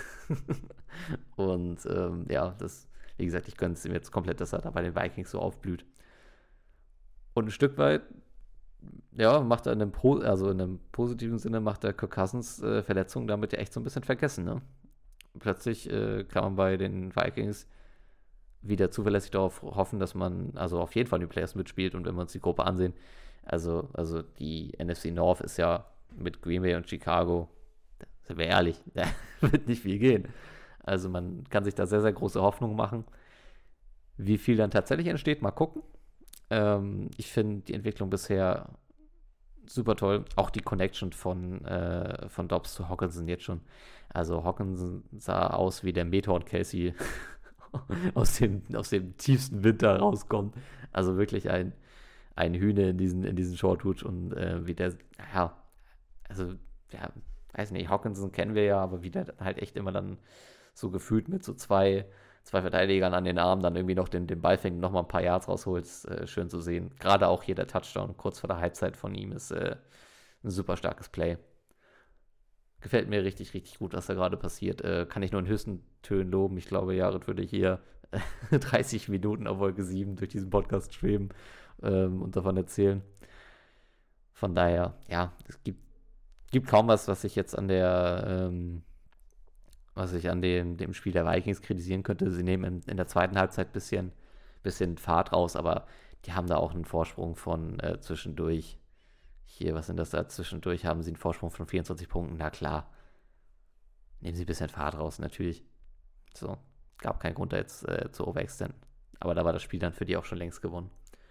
Und ähm, ja, das, wie gesagt, ich gönne es ihm jetzt komplett, dass er da bei den Vikings so aufblüht. Und ein Stück weit, ja, macht er in einem, po- also in einem positiven Sinne, macht der Kirk Cousins äh, Verletzung damit ja echt so ein bisschen vergessen, ne? Plötzlich äh, kann man bei den Vikings wieder zuverlässig darauf hoffen, dass man also auf jeden Fall die Playoffs mitspielt und wenn wir uns die Gruppe ansehen, also, also die N F C North ist ja mit Green Bay und Chicago, sind wir ehrlich, da wird nicht viel gehen. Also man kann sich da sehr, sehr große Hoffnungen machen. Wie viel dann tatsächlich entsteht, mal gucken. Ähm, ich finde die Entwicklung bisher super toll. Auch die Connection von, äh, von Dobbs zu Hockenson jetzt schon. Also Hockenson sah aus wie der Meteor und Casey aus dem, aus dem tiefsten Winter rauskommt. Also wirklich ein, ein Hühner in diesen, in diesen Shortwood und äh, wie der, ja, also, ja, weiß nicht, Hockenson kennen wir ja, aber wie der halt echt immer dann so gefühlt mit so zwei, zwei Verteidigern an den Armen dann irgendwie noch den, den Ball fängt und nochmal ein paar Yards rausholt, ist äh, schön zu sehen. Gerade auch hier der Touchdown kurz vor der Halbzeit von ihm ist äh, ein super starkes Play. Gefällt mir richtig, richtig gut, was da gerade passiert. Äh, kann ich nur in höchsten Tönen loben. Ich glaube, Jared würde hier dreißig Minuten auf Wolke sieben durch diesen Podcast schweben ähm, und davon erzählen. Von daher, ja, es gibt, gibt kaum was, was ich jetzt an der, ähm, was ich an dem, dem Spiel der Vikings kritisieren könnte. Sie nehmen in, in der zweiten Halbzeit ein bisschen, bisschen Fahrt raus, aber die haben da auch einen Vorsprung von äh, zwischendurch. Hier, was sind das da? Zwischendurch haben sie einen Vorsprung von vierundzwanzig Punkten. Na klar. Nehmen sie ein bisschen Fahrt raus, natürlich. So. Gab keinen Grund da jetzt äh, zu overextenden. Aber da war das Spiel dann für die auch schon längst gewonnen.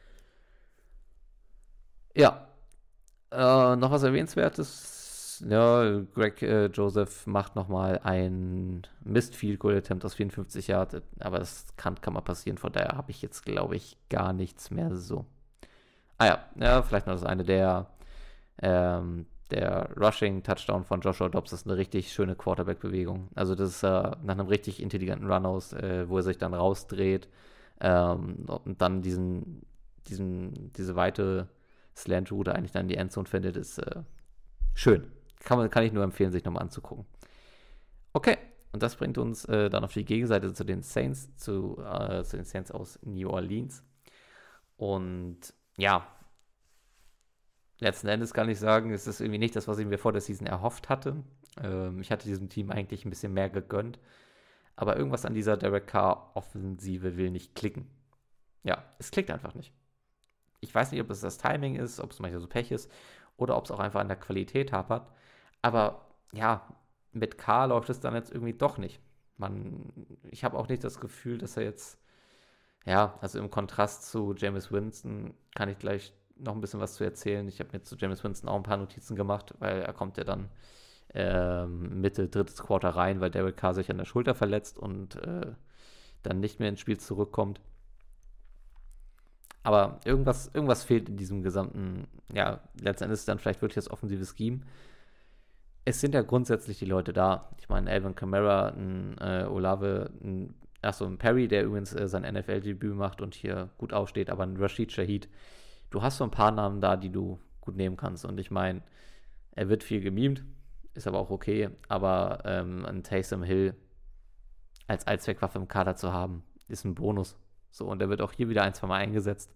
Ja. Äh, noch was Erwähnenswertes. Ja, Greg äh, Joseph macht nochmal ein Missed Field Goal Attempt aus vierundfünfzig Yards. Aber das kann, kann mal passieren. Von daher habe ich jetzt, glaube ich, gar nichts mehr so. Ah ja, ja, vielleicht noch das eine. Der Ähm, der Rushing-Touchdown von Joshua Dobbs ist eine richtig schöne Quarterback-Bewegung. Also das ist äh, nach einem richtig intelligenten Run aus, äh, wo er sich dann rausdreht ähm, und dann diesen, diesen, diese weite Slant-Route eigentlich dann in die Endzone findet, ist äh, schön. Kann, man, kann ich nur empfehlen, sich nochmal anzugucken. Okay, und das bringt uns äh, dann auf die Gegenseite zu den Saints, zu, äh, zu den Saints aus New Orleans. Und ja, letzten Endes kann ich sagen, es ist irgendwie nicht das, was ich mir vor der Season erhofft hatte. Ähm, ich hatte diesem Team eigentlich ein bisschen mehr gegönnt. Aber irgendwas an dieser Derek Carr-Offensive will nicht klicken. Ja, es klickt einfach nicht. Ich weiß nicht, ob es das Timing ist, ob es manchmal so Pech ist oder ob es auch einfach an der Qualität hapert. Aber ja, mit Carr läuft es dann jetzt irgendwie doch nicht. Man, ich habe auch nicht das Gefühl, dass er jetzt, ja, also im Kontrast zu Jameis Winston kann ich gleich noch ein bisschen was zu erzählen. Ich habe mir zu Jameis Winston auch ein paar Notizen gemacht, weil er kommt ja dann ähm, Mitte, drittes Quarter rein, weil Derek Carr sich an der Schulter verletzt und äh, dann nicht mehr ins Spiel zurückkommt. Aber irgendwas, irgendwas fehlt in diesem gesamten, ja, letztendlich dann vielleicht wirklich das offensive Scheme. Es sind ja grundsätzlich die Leute da. Ich meine, Alvin Kamara, ein äh, Olave, ein, achso, ein Perry, der übrigens äh, sein N F L-Debüt macht und hier gut aufsteht, aber ein Rashid Shaheed. Du hast so ein paar Namen da, die du gut nehmen kannst. Und ich meine, er wird viel gemimt, ist aber auch okay. Aber ähm, ein Taysom Hill als Allzweckwaffe im Kader zu haben, ist ein Bonus. So, und er wird auch hier wieder ein, zwei Mal eingesetzt.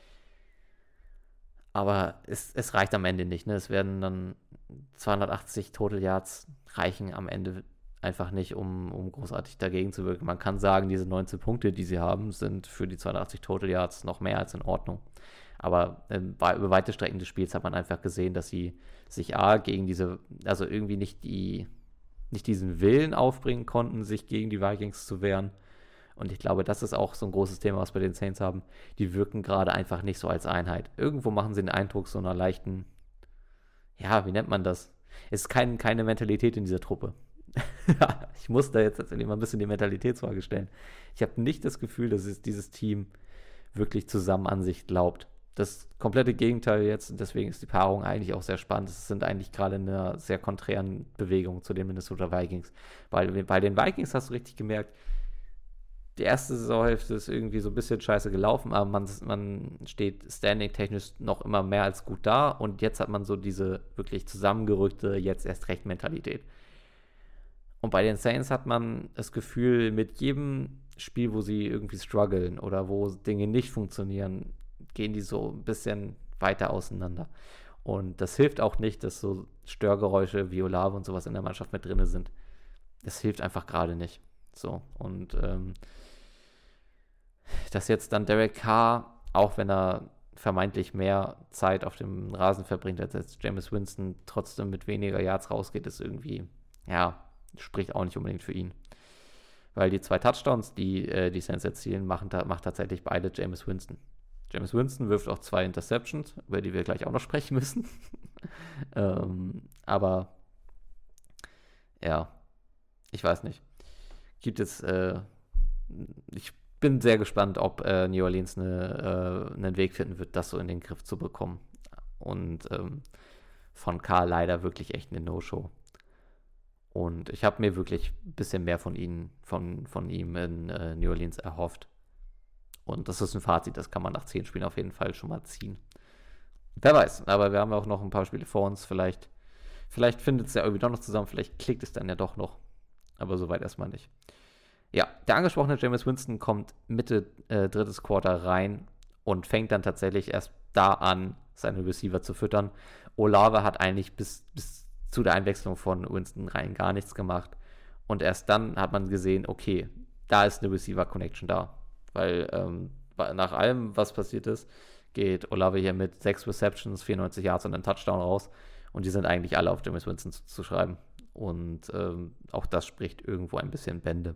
Aber es, es reicht am Ende nicht. Ne? Es werden dann zweihundertachtzig Total Yards reichen am Ende einfach nicht, um, um großartig dagegen zu wirken. Man kann sagen, diese neunzehn Punkte, die sie haben, sind für die zweihundertachtzig Total Yards noch mehr als in Ordnung. Aber ähm, über weite Strecken des Spiels hat man einfach gesehen, dass sie sich A, gegen diese, also irgendwie nicht, die, nicht diesen Willen aufbringen konnten, sich gegen die Vikings zu wehren. Und ich glaube, das ist auch so ein großes Thema, was wir den Saints haben. Die wirken gerade einfach nicht so als Einheit. Irgendwo machen sie den Eindruck so einer leichten, ja, wie nennt man das? Es ist kein, keine Mentalität in dieser Truppe. Ich muss da jetzt tatsächlich mal ein bisschen die Mentalitätsfrage stellen. Ich habe nicht das Gefühl, dass es dieses Team wirklich zusammen an sich glaubt. Das komplette Gegenteil jetzt, und deswegen ist die Paarung eigentlich auch sehr spannend. Es sind eigentlich gerade in einer sehr konträren Bewegung zu den Minnesota Vikings. Weil bei den Vikings hast du richtig gemerkt, die erste Saisonhälfte ist irgendwie so ein bisschen scheiße gelaufen, aber man, man steht standing-technisch noch immer mehr als gut da und jetzt hat man so diese wirklich zusammengerückte, jetzt erst recht Mentalität. Und bei den Saints hat man das Gefühl, mit jedem Spiel, wo sie irgendwie strugglen oder wo Dinge nicht funktionieren, gehen die so ein bisschen weiter auseinander. Und das hilft auch nicht, dass so Störgeräusche wie Olave und sowas in der Mannschaft mit drin sind. Das hilft einfach gerade nicht. So, und ähm, dass jetzt dann Derek Carr, auch wenn er vermeintlich mehr Zeit auf dem Rasen verbringt als jetzt Jameis Winston, trotzdem mit weniger Yards rausgeht, ist irgendwie, ja, spricht auch nicht unbedingt für ihn. Weil die zwei Touchdowns, die äh, die Saints erzielen, machen, macht tatsächlich beide Jameis Winston. Jameis Winston wirft auch zwei Interceptions, über die wir gleich auch noch sprechen müssen. ähm, aber ja, ich weiß nicht. Gibt es, äh, ich bin sehr gespannt, ob äh, New Orleans eine, äh, einen Weg finden wird, das so in den Griff zu bekommen. Und ähm, von Carr leider wirklich echt eine No-Show. Und ich habe mir wirklich ein bisschen mehr von ihm, von, von ihm in äh, New Orleans erhofft. Und das ist ein Fazit, das kann man nach zehn Spielen auf jeden Fall schon mal ziehen. Wer weiß, aber wir haben ja auch noch ein paar Spiele vor uns. Vielleicht, vielleicht findet es ja irgendwie doch noch zusammen, vielleicht klickt es dann ja doch noch. Aber soweit erstmal nicht. Ja, der angesprochene Jameis Winston kommt Mitte äh, drittes Quarter rein und fängt dann tatsächlich erst da an, seine Receiver zu füttern. Olave hat eigentlich bis, bis zu der Einwechslung von Winston rein gar nichts gemacht. Und erst dann hat man gesehen, okay, da ist eine Receiver-Connection da. Weil ähm, nach allem, was passiert ist, geht Olave hier mit sechs Receptions, vierundneunzig Yards und einem Touchdown raus. Und die sind eigentlich alle auf Jameis Winston zu, zu schreiben. Und ähm, auch das spricht irgendwo ein bisschen Bände.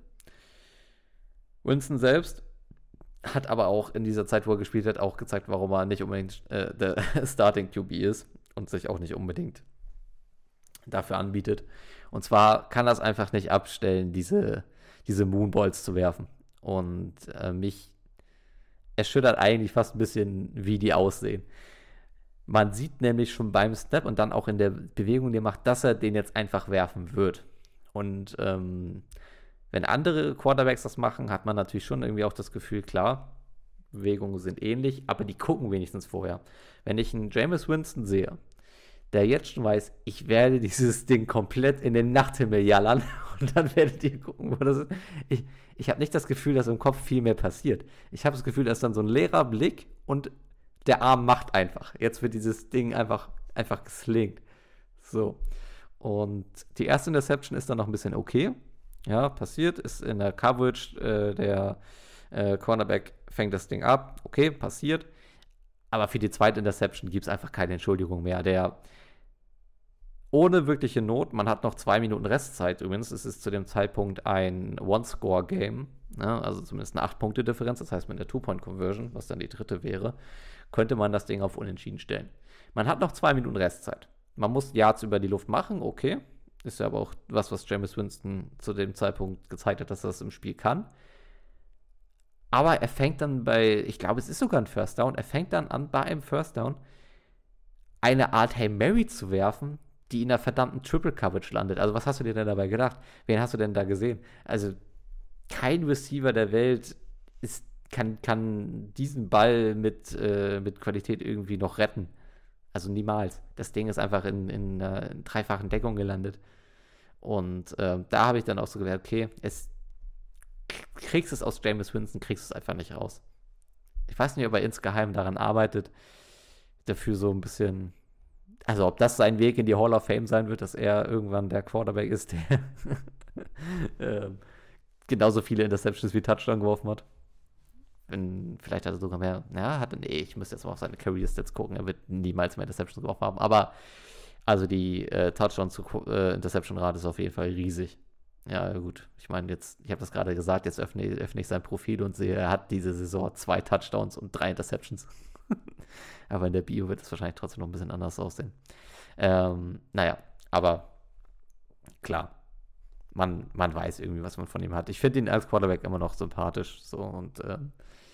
Winston selbst hat aber auch in dieser Zeit, wo er gespielt hat, auch gezeigt, warum er nicht unbedingt äh, der Starting Q B ist und sich auch nicht unbedingt dafür anbietet. Und zwar kann das einfach nicht abstellen, diese, diese Moonballs zu werfen. Und äh, mich erschüttert eigentlich fast ein bisschen, wie die aussehen. Man sieht nämlich schon beim Snap und dann auch in der Bewegung, die er macht, dass er den jetzt einfach werfen wird. Und ähm, wenn andere Quarterbacks das machen, hat man natürlich schon irgendwie auch das Gefühl, klar, Bewegungen sind ähnlich, aber die gucken wenigstens vorher. Wenn ich einen Jameis Winston sehe, der jetzt schon weiß, ich werde dieses Ding komplett in den Nachthimmel jallern und dann werdet ihr gucken, wo das ist. Ich, ich habe nicht das Gefühl, dass im Kopf viel mehr passiert. Ich habe das Gefühl, dass dann so ein leerer Blick und der Arm macht einfach. Jetzt wird dieses Ding einfach, einfach geslinkt. So. Und die erste Interception ist dann noch ein bisschen okay. Ja, passiert, ist in der Coverage, äh, der äh, Cornerback fängt das Ding ab. Okay, passiert. Aber für die zweite Interception gibt es einfach keine Entschuldigung mehr. Der ohne wirkliche Not. Man hat noch zwei Minuten Restzeit übrigens. Es ist zu dem Zeitpunkt ein One-Score-Game, ne? Also zumindest eine acht Punkte Differenz. Das heißt, mit der Two-Point-Conversion, was dann die dritte wäre, könnte man das Ding auf Unentschieden stellen. Man hat noch zwei Minuten Restzeit. Man muss Yards über die Luft machen, okay. Ist ja aber auch was, was Jameis Winston zu dem Zeitpunkt gezeigt hat, dass er das im Spiel kann. Aber er fängt dann bei, ich glaube, es ist sogar ein First Down, er fängt dann an, bei einem First Down eine Art Hail Mary zu werfen, die in der verdammten Triple Coverage landet. Also was hast du dir denn dabei gedacht? Wen hast du denn da gesehen? Also kein Receiver der Welt ist, kann, kann diesen Ball mit, äh, mit Qualität irgendwie noch retten. Also niemals. Das Ding ist einfach in, in, äh, in dreifachen Deckung gelandet. Und äh, da habe ich dann auch so gedacht, okay, es, kriegst es aus Jameis Winston, kriegst es einfach nicht raus. Ich weiß nicht, ob er insgeheim daran arbeitet, dafür so ein bisschen, also ob das sein Weg in die Hall of Fame sein wird, dass er irgendwann der Quarterback ist, der ähm, genauso viele Interceptions wie Touchdown geworfen hat. Wenn, vielleicht hat er sogar mehr, ja, hatte, nee, ich müsste jetzt mal auf seine Career-Stats gucken, er wird niemals mehr Interceptions geworfen haben, aber also die äh, Touchdown-zu-Interception-Rate äh, ist auf jeden Fall riesig. Ja, gut, ich meine jetzt, ich habe das gerade gesagt, jetzt öffne, öffne ich sein Profil und sehe, er hat diese Saison zwei Touchdowns und drei Interceptions. Aber in der Bio wird es wahrscheinlich trotzdem noch ein bisschen anders aussehen. Ähm, naja, aber klar, man, man weiß irgendwie, was man von ihm hat. Ich finde ihn als Quarterback immer noch sympathisch. So, und ähm,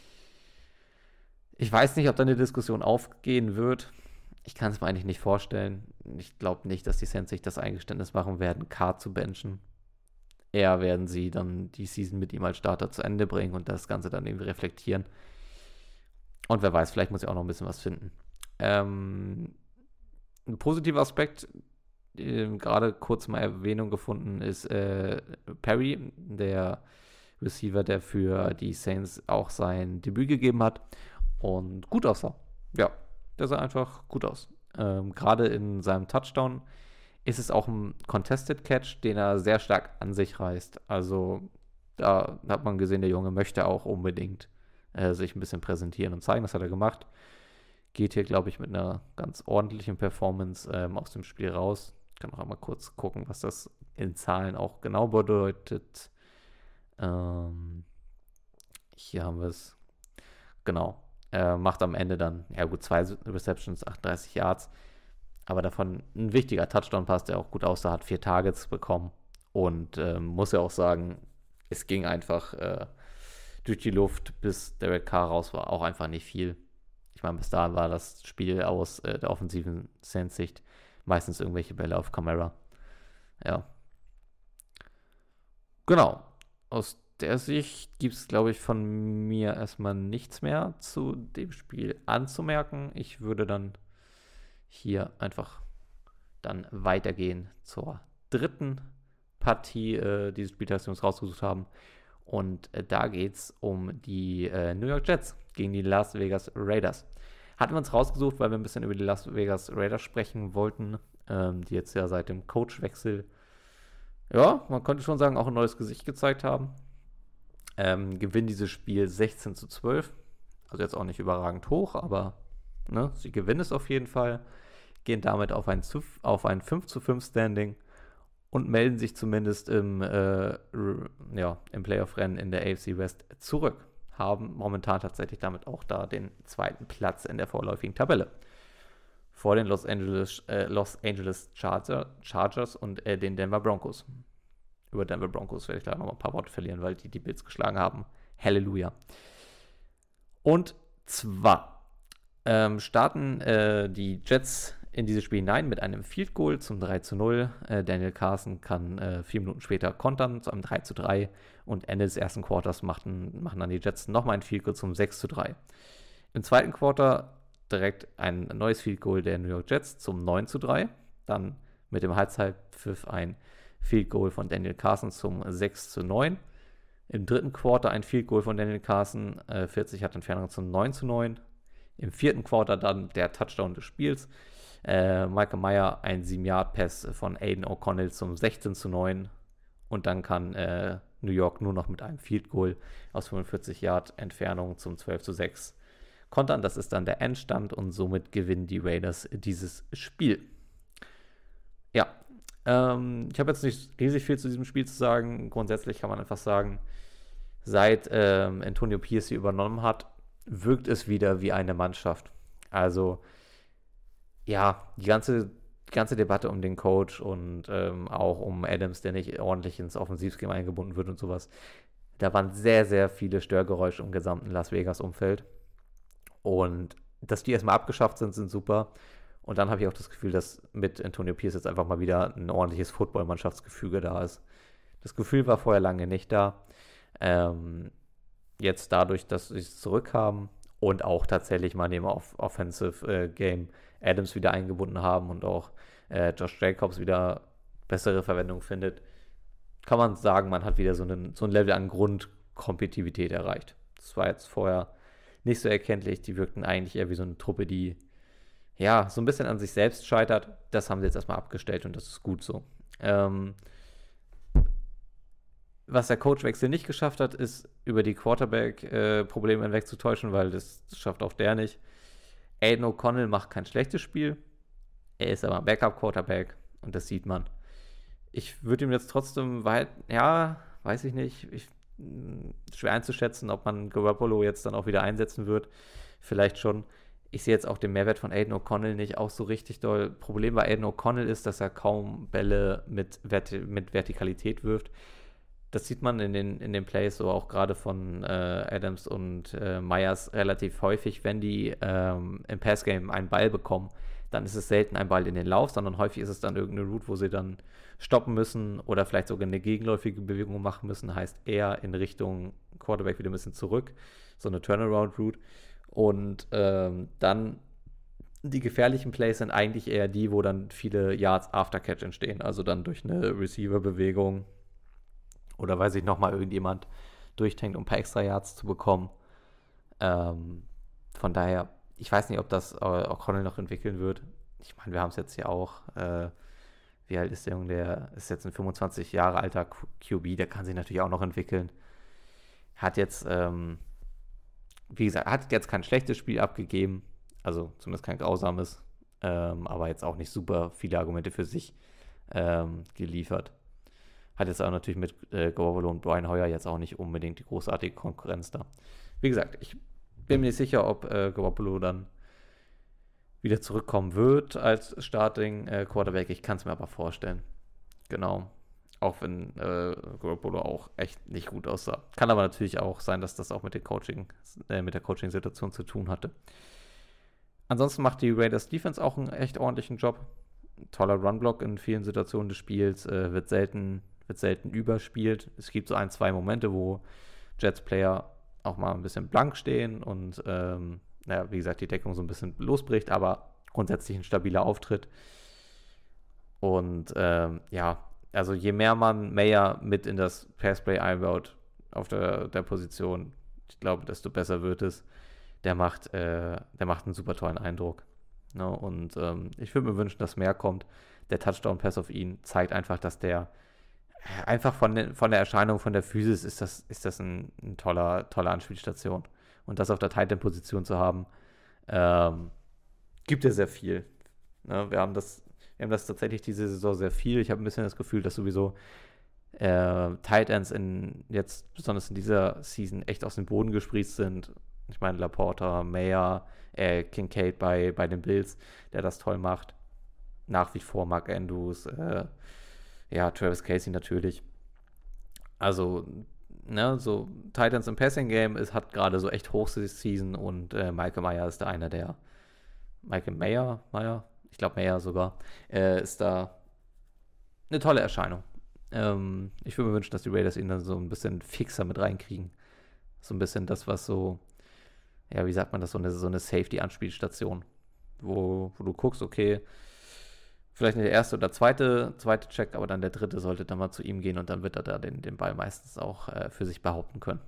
ich weiß nicht, ob da eine Diskussion aufgehen wird. Ich kann es mir eigentlich nicht vorstellen. Ich glaube nicht, dass die Saints sich das Eingeständnis machen werden, Carr zu benchen. Eher werden sie dann die Season mit ihm als Starter zu Ende bringen und das Ganze dann irgendwie reflektieren. Und wer weiß, vielleicht muss ich auch noch ein bisschen was finden. Ähm, ein positiver Aspekt, äh, gerade kurz mal Erwähnung gefunden, ist äh, Perry, der Receiver, der für die Saints auch sein Debüt gegeben hat und gut aussah. Ja, der sah einfach gut aus. Ähm, gerade in seinem Touchdown ist es auch ein Contested Catch, den er sehr stark an sich reißt. Also da hat man gesehen, der Junge möchte auch unbedingt äh, sich ein bisschen präsentieren und zeigen. Das hat er gemacht. Geht hier, glaube ich, mit einer ganz ordentlichen Performance ähm, aus dem Spiel raus. Ich kann auch einmal kurz gucken, was das in Zahlen auch genau bedeutet. Ähm, hier haben wir es. Genau. Äh, macht am Ende dann, ja gut, zwei Receptions, achtunddreißig Yards. Aber davon ein wichtiger Touchdown-Pass, der auch gut aussah, hat vier Targets bekommen. Und ähm, muss ja auch sagen, es ging einfach äh, durch die Luft, bis Derek Carr raus war, auch einfach nicht viel. Ich meine, bis dahin war das Spiel aus äh, der offensiven Saints-Sicht meistens irgendwelche Bälle auf Kamera. Ja. Genau. Aus der Sicht gibt es, glaube ich, von mir erstmal nichts mehr zu dem Spiel anzumerken. Ich würde dann hier einfach dann weitergehen zur dritten Partie äh, dieses Spieltags, die wir uns rausgesucht haben. Und äh, da geht es um die äh, New York Jets gegen die Las Vegas Raiders. Hatten wir uns rausgesucht, weil wir ein bisschen über die Las Vegas Raiders sprechen wollten, ähm, die jetzt ja seit dem Coachwechsel, ja, man könnte schon sagen, auch ein neues Gesicht gezeigt haben. Ähm, gewinnen dieses Spiel sechzehn zu zwölf. Also jetzt auch nicht überragend hoch, aber ne, sie gewinnen es auf jeden Fall. Gehen damit auf ein, auf ein fünf zu fünf Standing und melden sich zumindest im, äh, ja, im Playoff-Rennen in der A F C West zurück. Haben momentan tatsächlich damit auch da den zweiten Platz in der vorläufigen Tabelle. Vor den Los Angeles, äh, Los Angeles Charger, Chargers und äh, den Denver Broncos. Über Denver Broncos werde ich gleich noch mal ein paar Worte verlieren, weil die die Bills geschlagen haben. Halleluja. Und zwar ähm, starten äh, die Jets in dieses Spiel hinein mit einem Field Goal zum drei zu null. Äh, Daniel Carson kann äh, vier Minuten später kontern zu einem drei zu drei und Ende des ersten Quarters machten, machen dann die Jets nochmal ein Field Goal zum sechs zu drei. Im zweiten Quarter direkt ein neues Field Goal der New York Jets zum neun zu drei. Dann mit dem Halbzeitpfiff ein Field Goal von Daniel Carson zum sechs zu neun. Im dritten Quarter ein Field Goal von Daniel Carson, äh, vierzig Yard Entfernung zum neun zu neun. Im vierten Quarter dann der Touchdown des Spiels. Äh, Michael Mayer ein sieben Yard Pass von Aiden O'Connell zum sechzehn zu neun. Und dann kann äh, New York nur noch mit einem Field Goal aus fünfundvierzig Yard Entfernung zum zwölf zu sechs kontern. Das ist dann der Endstand und somit gewinnen die Raiders dieses Spiel. Ja, ähm, ich habe jetzt nicht riesig viel zu diesem Spiel zu sagen. Grundsätzlich kann man einfach sagen, seit ähm, Antonio Pierce sie übernommen hat, wirkt es wieder wie eine Mannschaft. Also, ja, die ganze, die ganze Debatte um den Coach und ähm, auch um Adams, der nicht ordentlich ins Offensivschema eingebunden wird und sowas. Da waren sehr, sehr viele Störgeräusche im gesamten Las Vegas-Umfeld. Und dass die erstmal abgeschafft sind, sind super. Und dann habe ich auch das Gefühl, dass mit Antonio Pierce jetzt einfach mal wieder ein ordentliches Football-Mannschaftsgefüge da ist. Das Gefühl war vorher lange nicht da. Ähm, Jetzt dadurch, dass sie es zurückhaben und auch tatsächlich mal neben Off Offensive äh, Game Adams wieder eingebunden haben und auch äh, Josh Jacobs wieder bessere Verwendung findet, kann man sagen, man hat wieder so, einen, so ein Level an Grundkompetitivität erreicht. Das war jetzt vorher nicht so erkenntlich. Die wirkten eigentlich eher wie so eine Truppe, die ja so ein bisschen an sich selbst scheitert. Das haben sie jetzt erstmal abgestellt und das ist gut so. Ähm, Was der Coachwechsel nicht geschafft hat, ist über die Quarterback-Probleme hinwegzutäuschen, weil das schafft auch der nicht. Aiden O'Connell macht kein schlechtes Spiel. Er ist aber ein Backup-Quarterback und das sieht man. Ich würde ihm jetzt trotzdem weit, ja, weiß ich nicht, ich, mh, schwer einzuschätzen, ob man Garoppolo jetzt dann auch wieder einsetzen wird. Vielleicht schon. Ich sehe jetzt auch den Mehrwert von Aiden O'Connell nicht auch so richtig doll. Problem bei Aiden O'Connell ist, dass er kaum Bälle mit, Verti mit Vertikalität wirft. Das sieht man in den, in den Plays so auch gerade von äh, Adams und äh, Myers relativ häufig, wenn die ähm, im Passgame einen Ball bekommen, dann ist es selten ein Ball in den Lauf, sondern häufig ist es dann irgendeine Route, wo sie dann stoppen müssen oder vielleicht sogar eine gegenläufige Bewegung machen müssen, heißt eher in Richtung Quarterback wieder ein bisschen zurück, so eine Turnaround-Route. Und ähm, dann die gefährlichen Plays sind eigentlich eher die, wo dann viele Yards after Catch entstehen, also dann durch eine Receiver-Bewegung oder weil sich nochmal irgendjemand durchdenkt, um ein paar extra Yards zu bekommen. Ähm, von daher, ich weiß nicht, ob das äh, O'Connell noch entwickeln wird. Ich meine, wir haben es jetzt ja auch. Äh, wie alt ist der Junge? Der ist jetzt ein fünfundzwanzig Jahre alter Q B, der kann sich natürlich auch noch entwickeln. Hat jetzt, ähm, wie gesagt, hat jetzt kein schlechtes Spiel abgegeben. Also zumindest kein grausames. Ähm, aber jetzt auch nicht super viele Argumente für sich ähm, geliefert. Hat jetzt auch natürlich mit äh, Garoppolo und Brian Hoyer jetzt auch nicht unbedingt die großartige Konkurrenz da. Wie gesagt, ich bin mir nicht sicher, ob äh, Garoppolo dann wieder zurückkommen wird als Starting äh, Quarterback. Ich kann es mir aber vorstellen. Genau. Auch wenn äh, Garoppolo auch echt nicht gut aussah. Kann aber natürlich auch sein, dass das auch mit, den Coaching, äh, mit der Coaching-Situation zu tun hatte. Ansonsten macht die Raiders Defense auch einen echt ordentlichen Job. Toller Runblock in vielen Situationen des Spiels. Äh, wird selten wird selten überspielt. Es gibt so ein, zwei Momente, wo Jets-Player auch mal ein bisschen blank stehen und ähm, naja, wie gesagt, die Deckung so ein bisschen losbricht, aber grundsätzlich ein stabiler Auftritt. Und ähm, ja, also je mehr man Mayer mit in das Passplay einbaut auf der, der Position, ich glaube, desto besser wird es. Der macht, äh, der macht einen super tollen Eindruck. Ne? Und ähm, ich würde mir wünschen, dass mehr kommt. Der Touchdown-Pass auf ihn zeigt einfach, dass der einfach von, den, von der Erscheinung, von der Physis ist das, ist das ein, ein toller, tolle Anspielstation. Und das auf der Tight End Position zu haben, ähm, gibt ja sehr viel. Ne? Wir haben das, wir haben das tatsächlich diese Saison sehr viel. Ich habe ein bisschen das Gefühl, dass sowieso äh, Tight Ends in, jetzt besonders in dieser Season echt aus dem Boden gesprießt sind. Ich meine, Laporta, Mayer, äh, Kincaid bei, bei den Bills, der das toll macht. Nach wie vor Mark Andrews, äh, ja, Travis Casey natürlich. Also, ne, so Titans im Passing Game ist, hat gerade so echt Hochseason und äh, Michael Mayer ist da einer der. Michael Mayer, Mayer, ich glaube Mayer sogar, äh, ist da eine tolle Erscheinung. Ähm, ich würde mir wünschen, dass die Raiders ihn dann so ein bisschen fixer mit reinkriegen. So ein bisschen das, was so, ja, wie sagt man das, so eine, so eine Safety-Anspielstation, wo, wo du guckst, okay, vielleicht nicht der erste oder zweite, zweite Check, aber dann der dritte sollte dann mal zu ihm gehen und dann wird er da den, den Ball meistens auch äh, für sich behaupten können.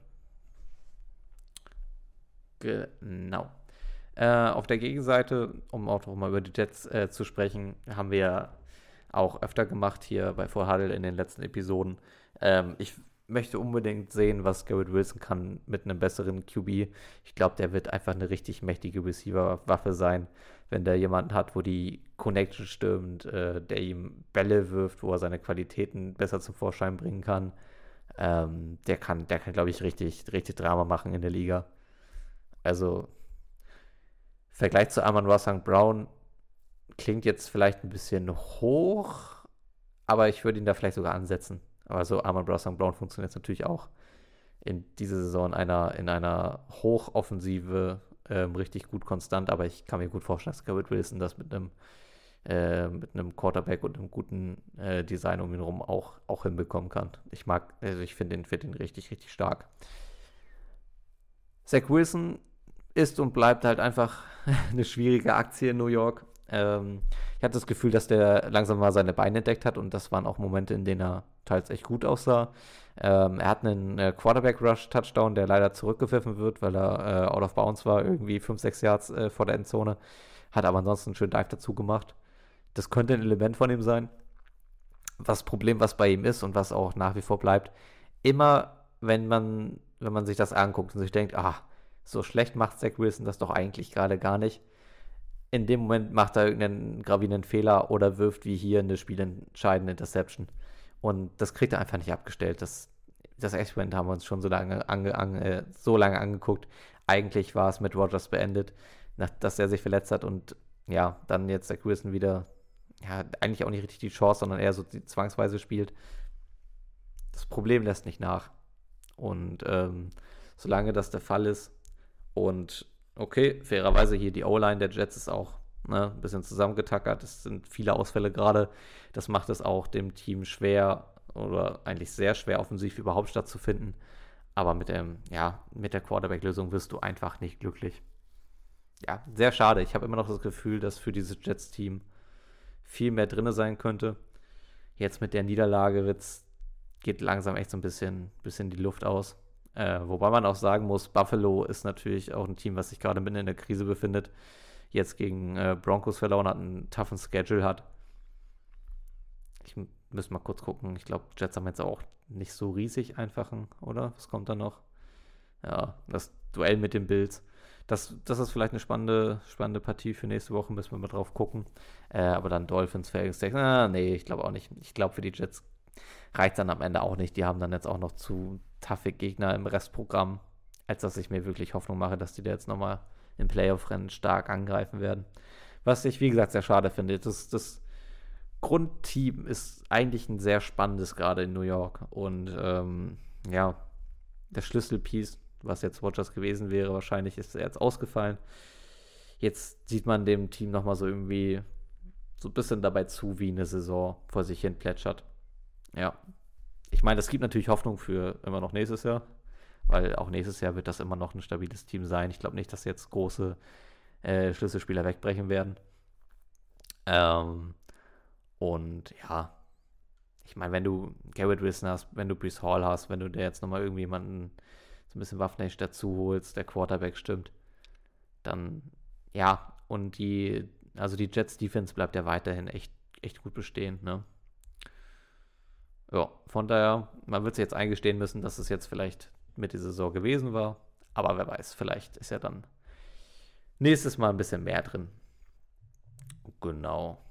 Genau. Äh, auf der Gegenseite, um auch noch mal über die Jets äh, zu sprechen, haben wir auch öfter gemacht hier bei Full Huddle in den letzten Episoden. Ähm, ich möchte unbedingt sehen, was Garrett Wilson kann mit einem besseren Q B. Ich glaube, der wird einfach eine richtig mächtige Receiver-Waffe sein, wenn der jemanden hat, wo die Connection stimmt, äh, der ihm Bälle wirft, wo er seine Qualitäten besser zum Vorschein bringen kann. Ähm, der kann, der kann, glaube ich, richtig, richtig Drama machen in der Liga. Also, im Vergleich zu Amon-Ra Sankt Brown klingt jetzt vielleicht ein bisschen hoch, aber ich würde ihn da vielleicht sogar ansetzen. Aber so Amon-Ra Sankt Brown funktioniert natürlich auch in dieser Saison in einer, in einer Hochoffensive ähm, richtig gut konstant, aber ich kann mir gut vorstellen, dass Garrett Wilson das mit einem äh, mit einem Quarterback und einem guten äh, Design um ihn herum auch, auch hinbekommen kann. Ich mag, also ich finde ihn, find ihn richtig, richtig stark. Zach Wilson ist und bleibt halt einfach eine schwierige Aktie in New York. Ähm, ich hatte das Gefühl, dass der langsam mal seine Beine entdeckt hat und das waren auch Momente, in denen er teils echt gut aussah. Ähm, er hat einen äh, Quarterback-Rush-Touchdown, der leider zurückgepfiffen wird, weil er äh, out of bounds war, irgendwie fünf, sechs Yards äh, vor der Endzone. Hat aber ansonsten einen schönen Dive dazu gemacht. Das könnte ein Element von ihm sein. Das Problem, was bei ihm ist und was auch nach wie vor bleibt, immer wenn man, wenn man sich das anguckt und sich denkt, ah, so schlecht macht Zach Wilson das doch eigentlich gerade gar nicht. In dem Moment macht er irgendeinen gravierenden Fehler oder wirft wie hier eine spielentscheidende Interception. Und das kriegt er einfach nicht abgestellt. Das, das Experiment haben wir uns schon so lange, ange, ange, so lange angeguckt. Eigentlich war es mit Rodgers beendet, nach, dass er sich verletzt hat und ja, dann jetzt Zach Wilson wieder, ja, eigentlich auch nicht richtig die Chance, sondern eher so die zwangsweise spielt. Das Problem lässt nicht nach. Und ähm, solange das der Fall ist und okay, fairerweise hier die O-Line der Jets ist auch ne, ein bisschen zusammengetackert. Es sind viele Ausfälle gerade. Das macht es auch dem Team schwer oder eigentlich sehr schwer, offensiv überhaupt stattzufinden. Aber mit, dem, ja, mit der Quarterback-Lösung wirst du einfach nicht glücklich. Ja, sehr schade. Ich habe immer noch das Gefühl, dass für dieses Jets-Team viel mehr drin sein könnte. Jetzt mit der Niederlage wird's, geht langsam echt so ein bisschen, bisschen die Luft aus. Äh, wobei man auch sagen muss, Buffalo ist natürlich auch ein Team, was sich gerade mitten in der Krise befindet. Jetzt gegen äh, Broncos verloren hat, einen toughen Schedule hat. Ich m- müsste mal kurz gucken. Ich glaube, Jets haben jetzt auch nicht so riesig einfachen, oder? Was kommt da noch? Ja, das Duell mit den Bills. Das, das ist vielleicht eine spannende, spannende Partie für nächste Woche, müssen wir mal drauf gucken. Äh, aber dann Dolphins, Falcons, ah, nee, ich glaube auch nicht. Ich glaube, für die Jets reicht dann am Ende auch nicht. Die haben dann jetzt auch noch zu taffe Gegner im Restprogramm, als dass ich mir wirklich Hoffnung mache, dass die da jetzt nochmal im Playoff-Rennen stark angreifen werden. Was ich, wie gesagt, sehr schade finde. Das, das Grundteam ist eigentlich ein sehr spannendes gerade in New York. Und ähm, ja, der Schlüsselpiece, was jetzt Rodgers gewesen wäre, wahrscheinlich ist er jetzt ausgefallen. Jetzt sieht man dem Team nochmal so irgendwie so ein bisschen dabei zu, wie eine Saison vor sich hin plätschert. Ja, ich meine, das gibt natürlich Hoffnung für immer noch nächstes Jahr, weil auch nächstes Jahr wird das immer noch ein stabiles Team sein. Ich glaube nicht, dass jetzt große äh, Schlüsselspieler wegbrechen werden. Ähm, und ja, ich meine, wenn du Garrett Wilson hast, wenn du Breece Hall hast, wenn du dir jetzt nochmal irgendwie jemanden so ein bisschen waffenmäßig dazu holst, der Quarterback stimmt, dann ja, und die, also die Jets Defense bleibt ja weiterhin echt, echt gut bestehen, ne? Ja, von daher, man wird sich jetzt eingestehen müssen, dass es jetzt vielleicht mit der Saison gewesen war. Aber wer weiß, vielleicht ist ja dann nächstes Mal ein bisschen mehr drin. Genau.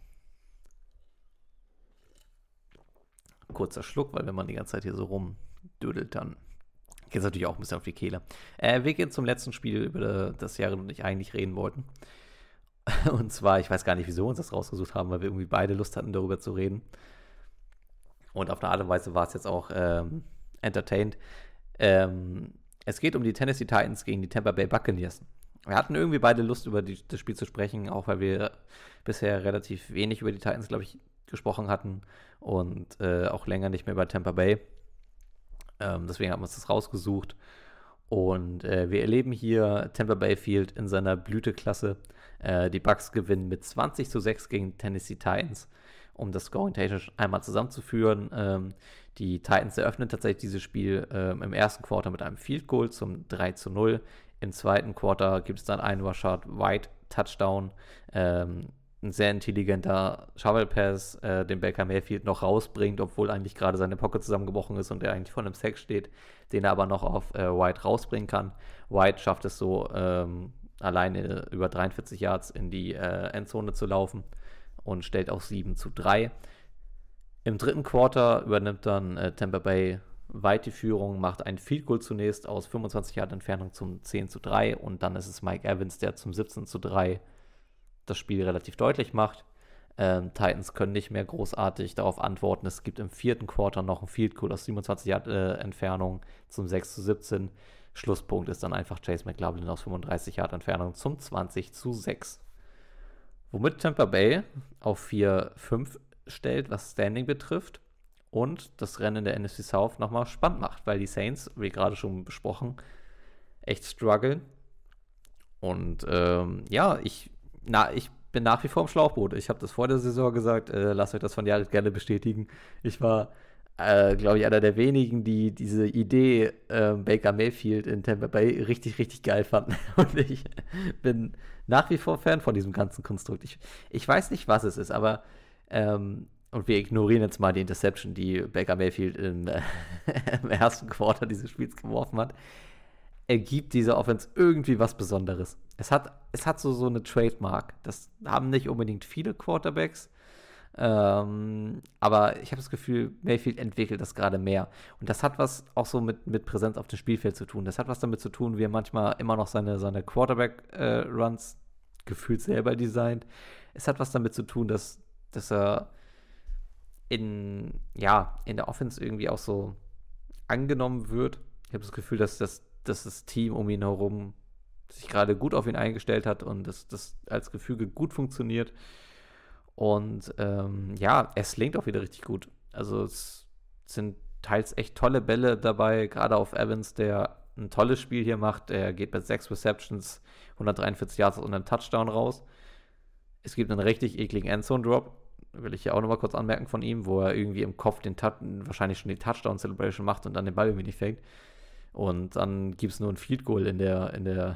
Kurzer Schluck, weil wenn man die ganze Zeit hier so rumdödelt, dann geht es natürlich auch ein bisschen auf die Kehle. Äh, wir gehen zum letzten Spiel, über das Jared und ich eigentlich reden wollten. Und zwar, ich weiß gar nicht, wieso wir uns das rausgesucht haben, weil wir irgendwie beide Lust hatten, darüber zu reden. Und auf eine Art und Weise war es jetzt auch ähm, entertained. Ähm, es geht um die Tennessee Titans gegen die Tampa Bay Buccaneers. Wir hatten irgendwie beide Lust, über die, das Spiel zu sprechen, auch weil wir bisher relativ wenig über die Titans, glaube ich, gesprochen hatten und äh, auch länger nicht mehr über Tampa Bay. Ähm, deswegen haben wir uns das rausgesucht. Und äh, wir erleben hier Tampa Bay Field in seiner Blüteklasse. Äh, die Bucs gewinnen mit zwanzig zu sechs gegen Tennessee Titans, um das Scoring technisch einmal zusammenzuführen. Ähm, die Titans eröffnen tatsächlich dieses Spiel ähm, im ersten Quarter mit einem Field Goal zum drei zu null. Im zweiten Quarter gibt es dann einen Rashad White Touchdown. Ähm, ein sehr intelligenter Shovel Pass, äh, den Baker Mayfield noch rausbringt, obwohl eigentlich gerade seine Pocket zusammengebrochen ist und er eigentlich vor einem Sack steht, den er aber noch auf äh, White rausbringen kann. White schafft es so, ähm, alleine über dreiundvierzig Yards in die äh, Endzone zu laufen und stellt auch sieben zu drei. Im dritten Quarter übernimmt dann äh, Tampa Bay weit die Führung, macht ein Field Goal zunächst aus fünfundzwanzig Yard Entfernung zum zehn zu drei und dann ist es Mike Evans, der zum siebzehn zu drei das Spiel relativ deutlich macht. Ähm, Titans können nicht mehr großartig darauf antworten. Es gibt im vierten Quarter noch ein Field Goal aus siebenundzwanzig Yard äh, Entfernung zum sechs zu siebzehn. Schlusspunkt ist dann einfach Chase McLaughlin aus fünfunddreißig Yard Entfernung zum zwanzig zu sechs. Womit Tampa Bay auf vier fünf stellt, was Standing betrifft und das Rennen in der N F C South nochmal spannend macht, weil die Saints, wie gerade schon besprochen, echt strugglen. Und ähm, ja, ich, na, ich bin nach wie vor im Schlauchboot. Ich habe das vor der Saison gesagt, äh, lasst euch das von Jared gerne bestätigen. Ich war, äh, glaube ich, einer der wenigen, die diese Idee äh, Baker Mayfield in Tampa Bay richtig, richtig geil fanden. Und ich bin nach wie vor Fan von diesem ganzen Konstrukt. Ich, ich weiß nicht, was es ist, aber ähm, und wir ignorieren jetzt mal die Interception, die Baker Mayfield im, äh, im ersten Quarter dieses Spiels geworfen hat. Ergibt diese Offense irgendwie was Besonderes. Es hat, es hat so, so eine Trademark. Das haben nicht unbedingt viele Quarterbacks. Ähm, aber ich habe das Gefühl, Mayfield entwickelt das gerade mehr. Und das hat was auch so mit, mit Präsenz auf dem Spielfeld zu tun. Das hat was damit zu tun, wie er manchmal immer noch seine, seine Quarterback-Runs äh, gefühlt selber designt. Es hat was damit zu tun, dass, dass er in, ja, in der Offense irgendwie auch so angenommen wird. Ich habe das Gefühl, dass das, dass das Team um ihn herum sich gerade gut auf ihn eingestellt hat und dass das als Gefüge gut funktioniert. Und ähm, ja, er slingt auch wieder richtig gut. Also es sind teils echt tolle Bälle dabei, gerade auf Evans, der ein tolles Spiel hier macht. Er geht mit sechs Receptions, hundertdreiundvierzig Yards und einem Touchdown raus. Es gibt einen richtig ekligen Endzone-Drop, will ich ja auch nochmal kurz anmerken von ihm, wo er irgendwie im Kopf den Tou- wahrscheinlich schon die Touchdown-Celebration macht und dann den Ball irgendwie nicht fängt. Und dann gibt es nur ein Field Goal in der, in der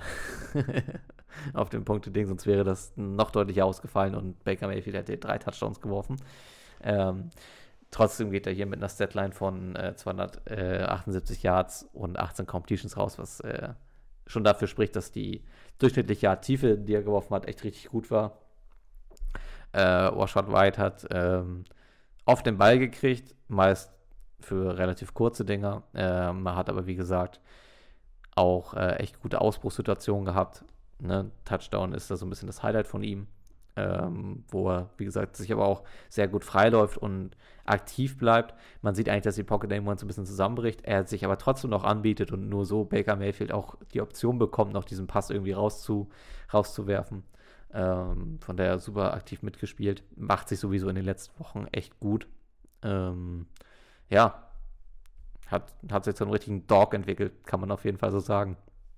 auf dem Punkteding, sonst wäre das noch deutlicher ausgefallen und Baker Mayfield hätte drei Touchdowns geworfen. Ähm, trotzdem geht er hier mit einer Statline von äh, zweihundertachtundsiebzig Yards und achtzehn Completions raus, was äh, schon dafür spricht, dass die durchschnittliche Yard-Tiefe, die er geworfen hat, echt richtig gut war. Äh, Rashad White hat ähm, auf den Ball gekriegt, meist für relativ kurze Dinger. Ähm, man hat aber, wie gesagt, auch äh, echt gute Ausbruchssituationen gehabt. Ne? Touchdown ist da so ein bisschen das Highlight von ihm, ähm, wo er, wie gesagt, sich aber auch sehr gut freiläuft und aktiv bleibt. Man sieht eigentlich, dass die Pocket irgendwann so ein bisschen zusammenbricht. Er sich aber trotzdem noch anbietet und nur so Baker Mayfield auch die Option bekommt, noch diesen Pass irgendwie rauszu, rauszuwerfen. Ähm, von daher super aktiv mitgespielt. Macht sich sowieso in den letzten Wochen echt gut. Ähm, ja, hat, hat sich zu einem richtigen Dog entwickelt, kann man auf jeden Fall so sagen.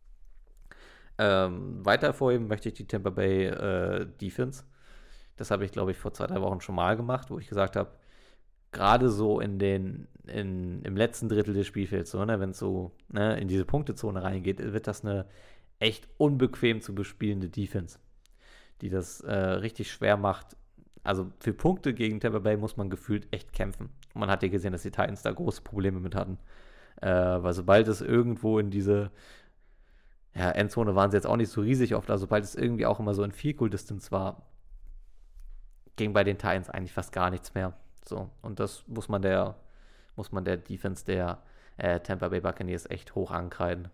Ähm, weiter hervorheben möchte ich die Tampa Bay äh, Defense. Das habe ich, glaube ich, vor zwei, drei Wochen schon mal gemacht, wo ich gesagt habe, gerade so in den, in, im letzten Drittel des Spielfelds, so, ne, wenn es so ne, in diese Punktezone reingeht, wird das eine echt unbequem zu bespielende Defense, die das äh, richtig schwer macht. Also für Punkte gegen Tampa Bay muss man gefühlt echt kämpfen. Und man hat ja gesehen, dass die Titans da große Probleme mit hatten. Äh, weil sobald es irgendwo in diese ja, Endzone waren sie jetzt auch nicht so riesig oft, also sobald es irgendwie auch immer so in Field Goal Distance war, ging bei den Titans eigentlich fast gar nichts mehr. So, und das muss man der, muss man der Defense der äh, Tampa Bay Buccaneers echt hoch ankreiden.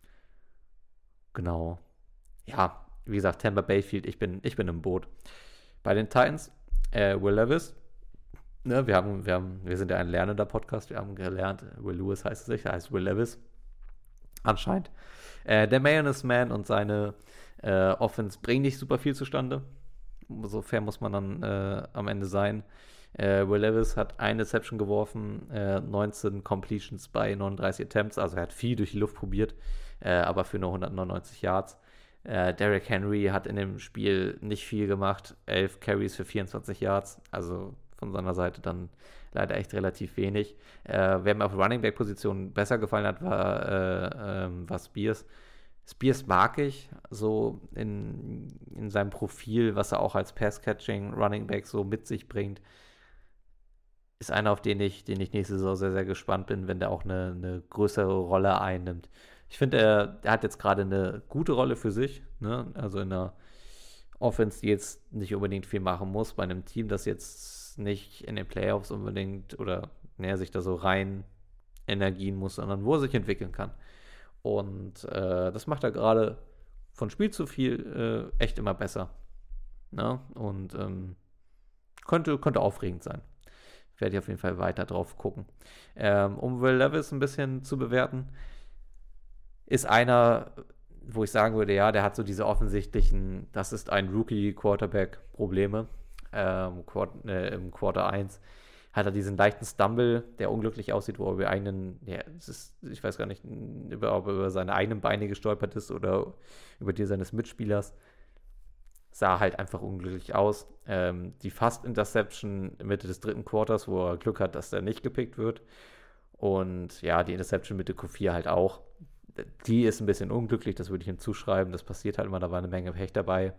Genau. Ja, wie gesagt, Tampa Bay Field, ich bin, ich bin im Boot. Bei den Titans, äh, Will Levis, ne, wir haben, wir haben, wir sind ja ein lernender Podcast, wir haben gelernt, Will Lewis heißt es nicht, er heißt Will Levis. Anscheinend. Äh, der Mayonnaise Man und seine äh, Offense bringen nicht super viel zustande. So fair muss man dann äh, am Ende sein. Äh, Will Levis hat eine Interception geworfen, äh, neunzehn Completions bei neununddreißig Attempts, also er hat viel durch die Luft probiert, äh, aber für nur hundertneunundneunzig Yards. Äh, Derrick Henry hat in dem Spiel nicht viel gemacht, elf Carries für vierundzwanzig Yards, also von seiner Seite dann leider echt relativ wenig. Äh, wer mir auf Running Back Position besser gefallen hat, war, äh, ähm, war Spears. Spears mag ich so in, in seinem Profil, was er auch als Pass-Catching Running Back so mit sich bringt. Ist einer, auf den ich, den ich nächste Saison sehr, sehr gespannt bin, wenn der auch eine, eine größere Rolle einnimmt. Ich finde, er, er hat jetzt gerade eine gute Rolle für sich, ne? Also in einer Offense, die jetzt nicht unbedingt viel machen muss, bei einem Team, das jetzt nicht in den Playoffs unbedingt oder näher sich da so rein energien muss, sondern wo er sich entwickeln kann. Und äh, das macht er gerade von Spiel zu viel äh, echt immer besser. Ne? Und ähm, könnte, könnte aufregend sein. Werde ich auf jeden Fall weiter drauf gucken. Ähm, um Will Levis ein bisschen zu bewerten, ist einer, wo ich sagen würde, ja, der hat so diese offensichtlichen, das ist ein Rookie-Quarterback-Probleme. Ähm, Quart- äh, Im Quarter eins hat er diesen leichten Stumble, der unglücklich aussieht, wo er über eigenen, ja, es ist, ich weiß gar nicht, über, ob er über seine eigenen Beine gestolpert ist oder über die seines Mitspielers. Sah halt einfach unglücklich aus. Ähm, die Fast-Interception Mitte des dritten Quarters, wo er Glück hat, dass er nicht gepickt wird. Und ja, die Interception Mitte Q vier halt auch. Die ist ein bisschen unglücklich, das würde ich ihm zuschreiben. Das passiert halt immer, da war eine Menge Pech dabei.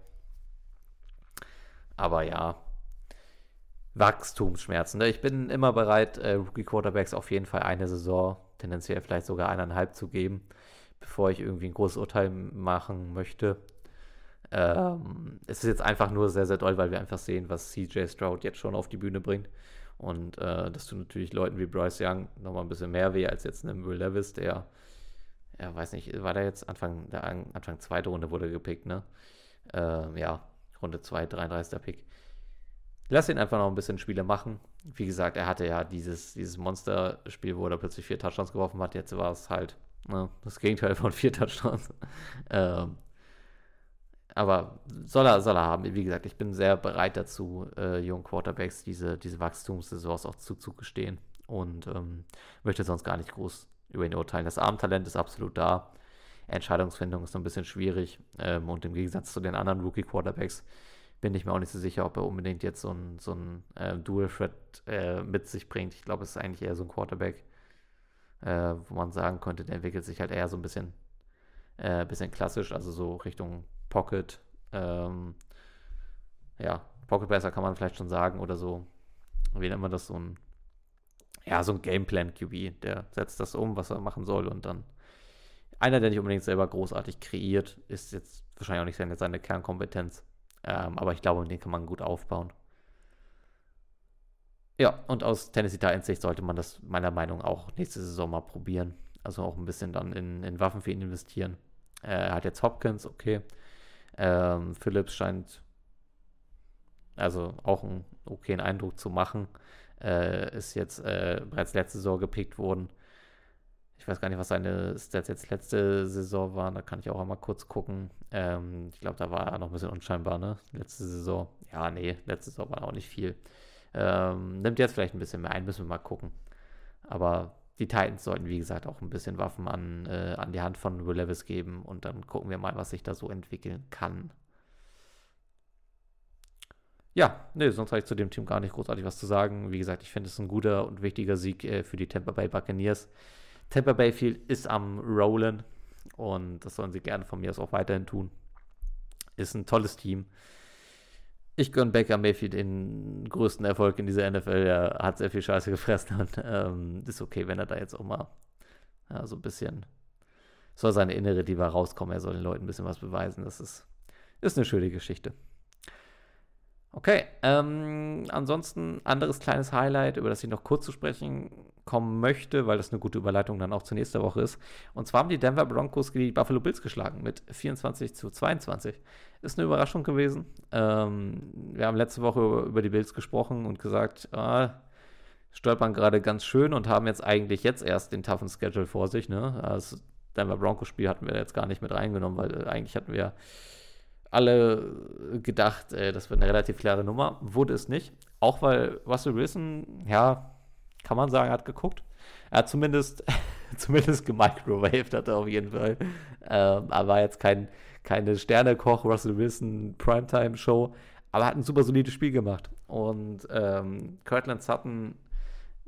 Aber ja, Wachstumsschmerzen. Ne? Ich bin immer bereit, äh, Rookie-Quarterbacks auf jeden Fall eine Saison, tendenziell vielleicht sogar eineinhalb zu geben, bevor ich irgendwie ein großes Urteil machen möchte. Ähm, es ist jetzt einfach nur sehr, sehr doll, weil wir einfach sehen, was C J Stroud jetzt schon auf die Bühne bringt. Und äh, das tut natürlich Leuten wie Bryce Young nochmal ein bisschen mehr weh als jetzt einem Will Levis, der, ja, weiß nicht, war der jetzt Anfang, der Anfang zweite Runde wurde gepickt, ne? Ähm, ja, Runde zwei, dreiunddreißigster Pick. Lass ihn einfach noch ein bisschen Spiele machen. Wie gesagt, er hatte ja dieses, dieses Monster-Spiel, wo er plötzlich vier Touchdowns geworfen hat. Jetzt war es halt ne, das Gegenteil von vier Touchdowns. ähm, aber soll er, soll er haben. Wie gesagt, ich bin sehr bereit dazu, äh, jungen Quarterbacks diese, diese Wachstumssaisons auch zuzugestehen. Und ähm, möchte sonst gar nicht groß über ihn urteilen. Das Armtalent ist absolut da. Entscheidungsfindung ist noch ein bisschen schwierig. Ähm, und im Gegensatz zu den anderen Rookie-Quarterbacks bin ich mir auch nicht so sicher, ob er unbedingt jetzt so ein, so ein äh, Dual-Threat äh, mit sich bringt. Ich glaube, es ist eigentlich eher so ein Quarterback, äh, wo man sagen könnte, der entwickelt sich halt eher so ein bisschen, äh, bisschen klassisch, also so Richtung Pocket. Ähm, ja, Pocket Passer kann man vielleicht schon sagen oder so, wie nennt man das, so ein, ja, so ein Gameplan-Q B, der setzt das um, was er machen soll und dann einer, der nicht unbedingt selber großartig kreiert, ist jetzt wahrscheinlich auch nicht seine, seine Kernkompetenz. Ähm, aber ich glaube, den kann man gut aufbauen. Ja, und aus Tennessee Titans Sicht sollte man das meiner Meinung nach auch nächste Saison mal probieren. Also auch ein bisschen dann in, in Waffen für ihn investieren. Äh, er hat jetzt Hopkins, okay. Ähm, Phillips scheint also auch einen okayen Eindruck zu machen. Äh, ist jetzt äh, bereits letzte Saison gepickt worden. Ich weiß gar nicht, was seine Stats jetzt letzte Saison waren. Da kann ich auch einmal kurz gucken. Ähm, ich glaube, da war er noch ein bisschen unscheinbar, ne? Letzte Saison. Ja, nee, letzte Saison war auch nicht viel. Ähm, nimmt jetzt vielleicht ein bisschen mehr ein, müssen wir mal gucken. Aber die Titans sollten, wie gesagt, auch ein bisschen Waffen an, äh, an die Hand von Will Levis geben. Und dann gucken wir mal, was sich da so entwickeln kann. Ja, nee, sonst habe ich zu dem Team gar nicht großartig was zu sagen. Wie gesagt, ich finde es ein guter und wichtiger Sieg äh, für die Tampa Bay Buccaneers. Tampa Bay Field ist am Rollen und das sollen sie gerne von mir aus auch weiterhin tun. Ist ein tolles Team. Ich gönne Baker Mayfield den größten Erfolg in dieser N F L. Er hat sehr viel Scheiße gefressen und ähm, ist okay, wenn er da jetzt auch mal ja, so ein bisschen soll seine innere Diva rauskommen. Er soll den Leuten ein bisschen was beweisen. Das ist, ist eine schöne Geschichte. Okay, ähm, ansonsten anderes kleines Highlight, über das ich noch kurz zu sprechen kommen möchte, weil das eine gute Überleitung dann auch zur nächsten Woche ist. Und zwar haben die Denver Broncos die Buffalo Bills geschlagen mit vierundzwanzig zu zweiundzwanzig. Ist eine Überraschung gewesen. Ähm, wir haben letzte Woche über die Bills gesprochen und gesagt, ah, stolpern gerade ganz schön und haben jetzt eigentlich jetzt erst den toughen Schedule vor sich. Ne? Das Denver Broncos Spiel hatten wir jetzt gar nicht mit reingenommen, weil eigentlich hatten wir alle gedacht, äh, das wird eine relativ klare Nummer. Wurde es nicht. Auch weil Russell Wilson, ja, kann man sagen, hat geguckt. Er hat zumindest, zumindest gemicrowaved, hat er auf jeden Fall. Ähm, er war jetzt kein, keine Sternekoch Russell Wilson Primetime-Show, aber hat ein super solides Spiel gemacht. Und ähm, Cortland Sutton,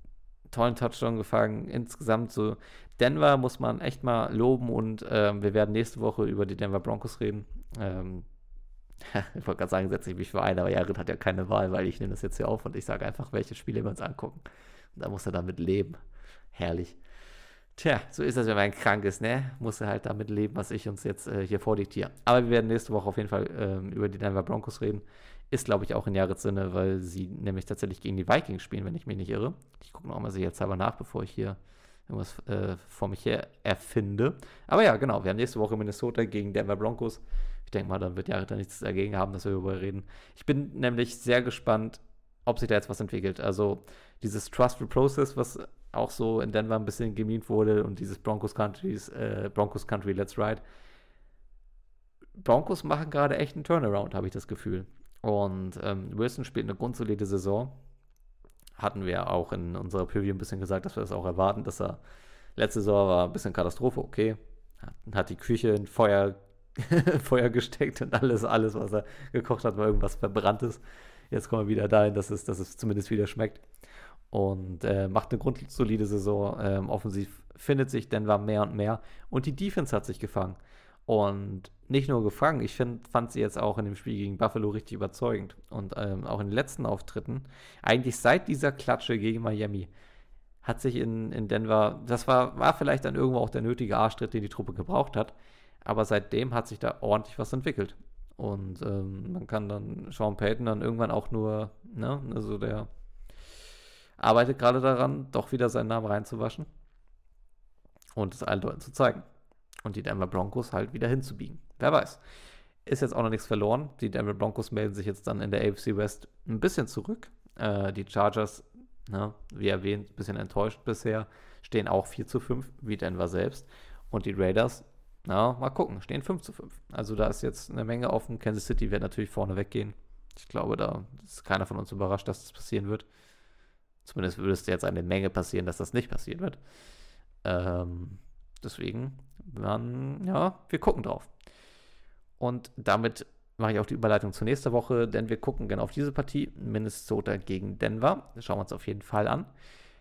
tollen Touchdown gefangen. Insgesamt so, Denver muss man echt mal loben und ähm, wir werden nächste Woche über die Denver Broncos reden. Ähm, ich wollte gerade sagen, setze ich mich für ein, aber Jared hat ja keine Wahl, weil ich nehme das jetzt hier auf und ich sage einfach, welche Spiele wir uns angucken. Und da muss er damit leben. Herrlich. Tja, so ist das, wenn man krank ist, ne? Muss er halt damit leben, was ich uns jetzt äh, hier vordiktiere. Aber wir werden nächste Woche auf jeden Fall ähm, über die Denver Broncos reden. Ist, glaube ich, auch in Jareds Sinne, weil sie nämlich tatsächlich gegen die Vikings spielen, wenn ich mich nicht irre. Ich gucke noch mal sicherheitshalber nach, bevor ich hier irgendwas äh, vor mich her erfinde. Aber ja, genau, wir haben nächste Woche Minnesota gegen Denver Broncos. Ich denke mal, dann wird Jared da nichts dagegen haben, dass wir darüber reden. Ich bin nämlich sehr gespannt, ob sich da jetzt was entwickelt. Also dieses Trustful Process, was auch so in Denver ein bisschen gemimt wurde und dieses Broncos Countries, äh, Broncos Country Let's Ride. Broncos machen gerade echt einen Turnaround, habe ich das Gefühl. Und ähm, Wilson spielt eine grundsolide Saison. Hatten wir auch in unserer Preview ein bisschen gesagt, dass wir das auch erwarten, dass er letzte Saison war ein bisschen Katastrophe, okay. Hat, hat die Küche in Feuer, Feuer gesteckt und alles, alles, was er gekocht hat, war irgendwas Verbranntes. Jetzt kommen wir wieder dahin, dass es, dass es zumindest wieder schmeckt. Und äh, macht eine grundsolide Saison. Ähm, offensiv findet sich Denver mehr und mehr. Und die Defense hat sich gefangen. Und nicht nur gefangen, ich find, fand sie jetzt auch in dem Spiel gegen Buffalo richtig überzeugend. Und ähm, auch in den letzten Auftritten, eigentlich seit dieser Klatsche gegen Miami, hat sich in, in Denver, das war, war vielleicht dann irgendwo auch der nötige Arschtritt, den die Truppe gebraucht hat. Aber seitdem hat sich da ordentlich was entwickelt. Und ähm, man kann dann Sean Payton dann irgendwann auch nur, ne, also der arbeitet gerade daran, doch wieder seinen Namen reinzuwaschen und es allen Leuten zu zeigen. Und die Denver Broncos halt wieder hinzubiegen. Wer weiß. Ist jetzt auch noch nichts verloren. Die Denver Broncos melden sich jetzt dann in der A F C West ein bisschen zurück. Äh, die Chargers, ne, wie erwähnt, ein bisschen enttäuscht bisher, stehen auch vier zu fünf, wie Denver selbst. Und die Raiders, na, mal gucken, stehen fünf zu fünf. Also da ist jetzt eine Menge offen. Kansas City wird natürlich vorne weggehen. Ich glaube, da ist keiner von uns überrascht, dass das passieren wird. Zumindest würde es jetzt eine Menge passieren, dass das nicht passieren wird. Ähm, deswegen, man, ja, wir gucken drauf. Und damit mache ich auch die Überleitung zur nächsten Woche, denn wir gucken gerne auf diese Partie, Minnesota gegen Denver. Das schauen wir uns auf jeden Fall an.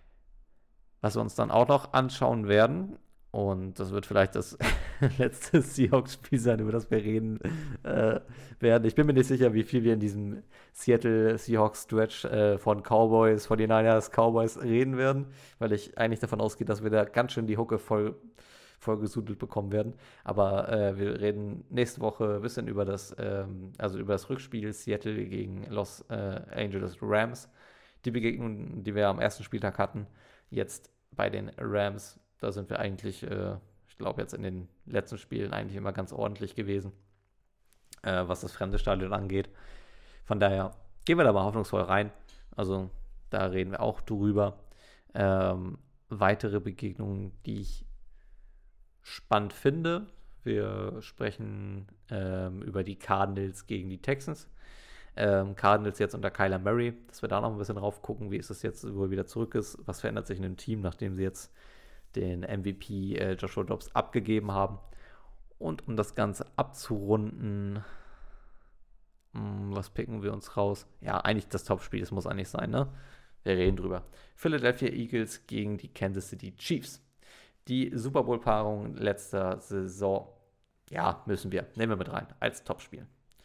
Was wir uns dann auch noch anschauen werden, und das wird vielleicht das letzte Seahawks-Spiel sein, über das wir reden äh, werden. Ich bin mir nicht sicher, wie viel wir in diesem Seattle Seahawks-Stretch äh, von Cowboys, forty-niners, Cowboys reden werden, weil ich eigentlich davon ausgehe, dass wir da ganz schön die Hucke voll, voll gesudelt bekommen werden. Aber äh, wir reden nächste Woche ein bisschen über das, ähm, also über das Rückspiel Seattle gegen Los äh, Angeles Rams. Die Begegnung, die wir am ersten Spieltag hatten, jetzt bei den Rams. Da sind wir eigentlich, äh, ich glaube, jetzt in den letzten Spielen eigentlich immer ganz ordentlich gewesen, äh, was das fremde Stadion angeht. Von daher gehen wir da mal hoffnungsvoll rein. Also da reden wir auch drüber. Ähm, weitere Begegnungen, die ich spannend finde. Wir sprechen ähm, über die Cardinals gegen die Texans. Ähm, Cardinals jetzt unter Kyler Murray, dass wir da noch ein bisschen drauf gucken, wie ist es jetzt, wo er wieder zurück ist. Was verändert sich in dem Team, nachdem sie jetzt den M V P äh, Joshua Dobbs abgegeben haben. Und um das Ganze abzurunden, mh, was picken wir uns raus? Ja, eigentlich das Topspiel, das muss eigentlich sein, ne? Wir reden drüber. Philadelphia Eagles gegen die Kansas City Chiefs. Die Super Bowl-Paarung letzter Saison, ja, müssen wir, nehmen wir mit rein, als Topspiel.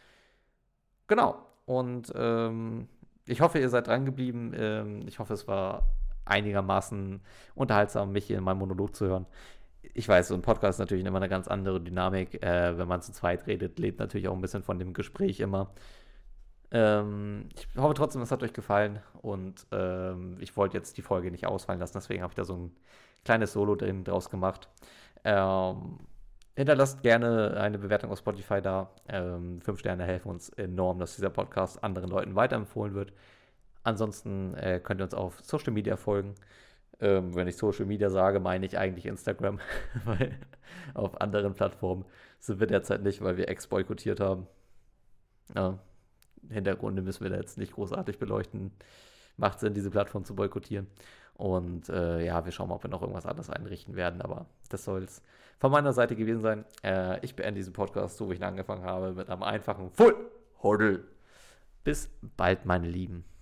Genau, und ähm, ich hoffe, ihr seid dran geblieben. Ähm, ich hoffe, es war einigermaßen unterhaltsam, mich hier in meinem Monolog zu hören. Ich weiß, so ein Podcast ist natürlich immer eine ganz andere Dynamik. Äh, wenn man zu zweit redet, lebt natürlich auch ein bisschen von dem Gespräch immer. Ähm, ich hoffe trotzdem, es hat euch gefallen und ähm, ich wollte jetzt die Folge nicht ausfallen lassen, deswegen habe ich da so ein kleines Solo drin draus gemacht. Ähm, hinterlasst gerne eine Bewertung auf Spotify da. Ähm, fünf Sterne helfen uns enorm, dass dieser Podcast anderen Leuten weiterempfohlen wird. Ansonsten äh, könnt ihr uns auf Social Media folgen. Ähm, wenn ich Social Media sage, meine ich eigentlich Instagram, weil auf anderen Plattformen sind wir derzeit nicht, weil wir X boykottiert haben. Ja, Hintergründe müssen wir da jetzt nicht großartig beleuchten. Macht Sinn, diese Plattform zu boykottieren. Und äh, ja, wir schauen mal, ob wir noch irgendwas anderes einrichten werden, aber das soll es von meiner Seite gewesen sein. Äh, ich beende diesen Podcast, so wie ich ihn angefangen habe, mit einem einfachen Full Huddle. Bis bald, meine Lieben.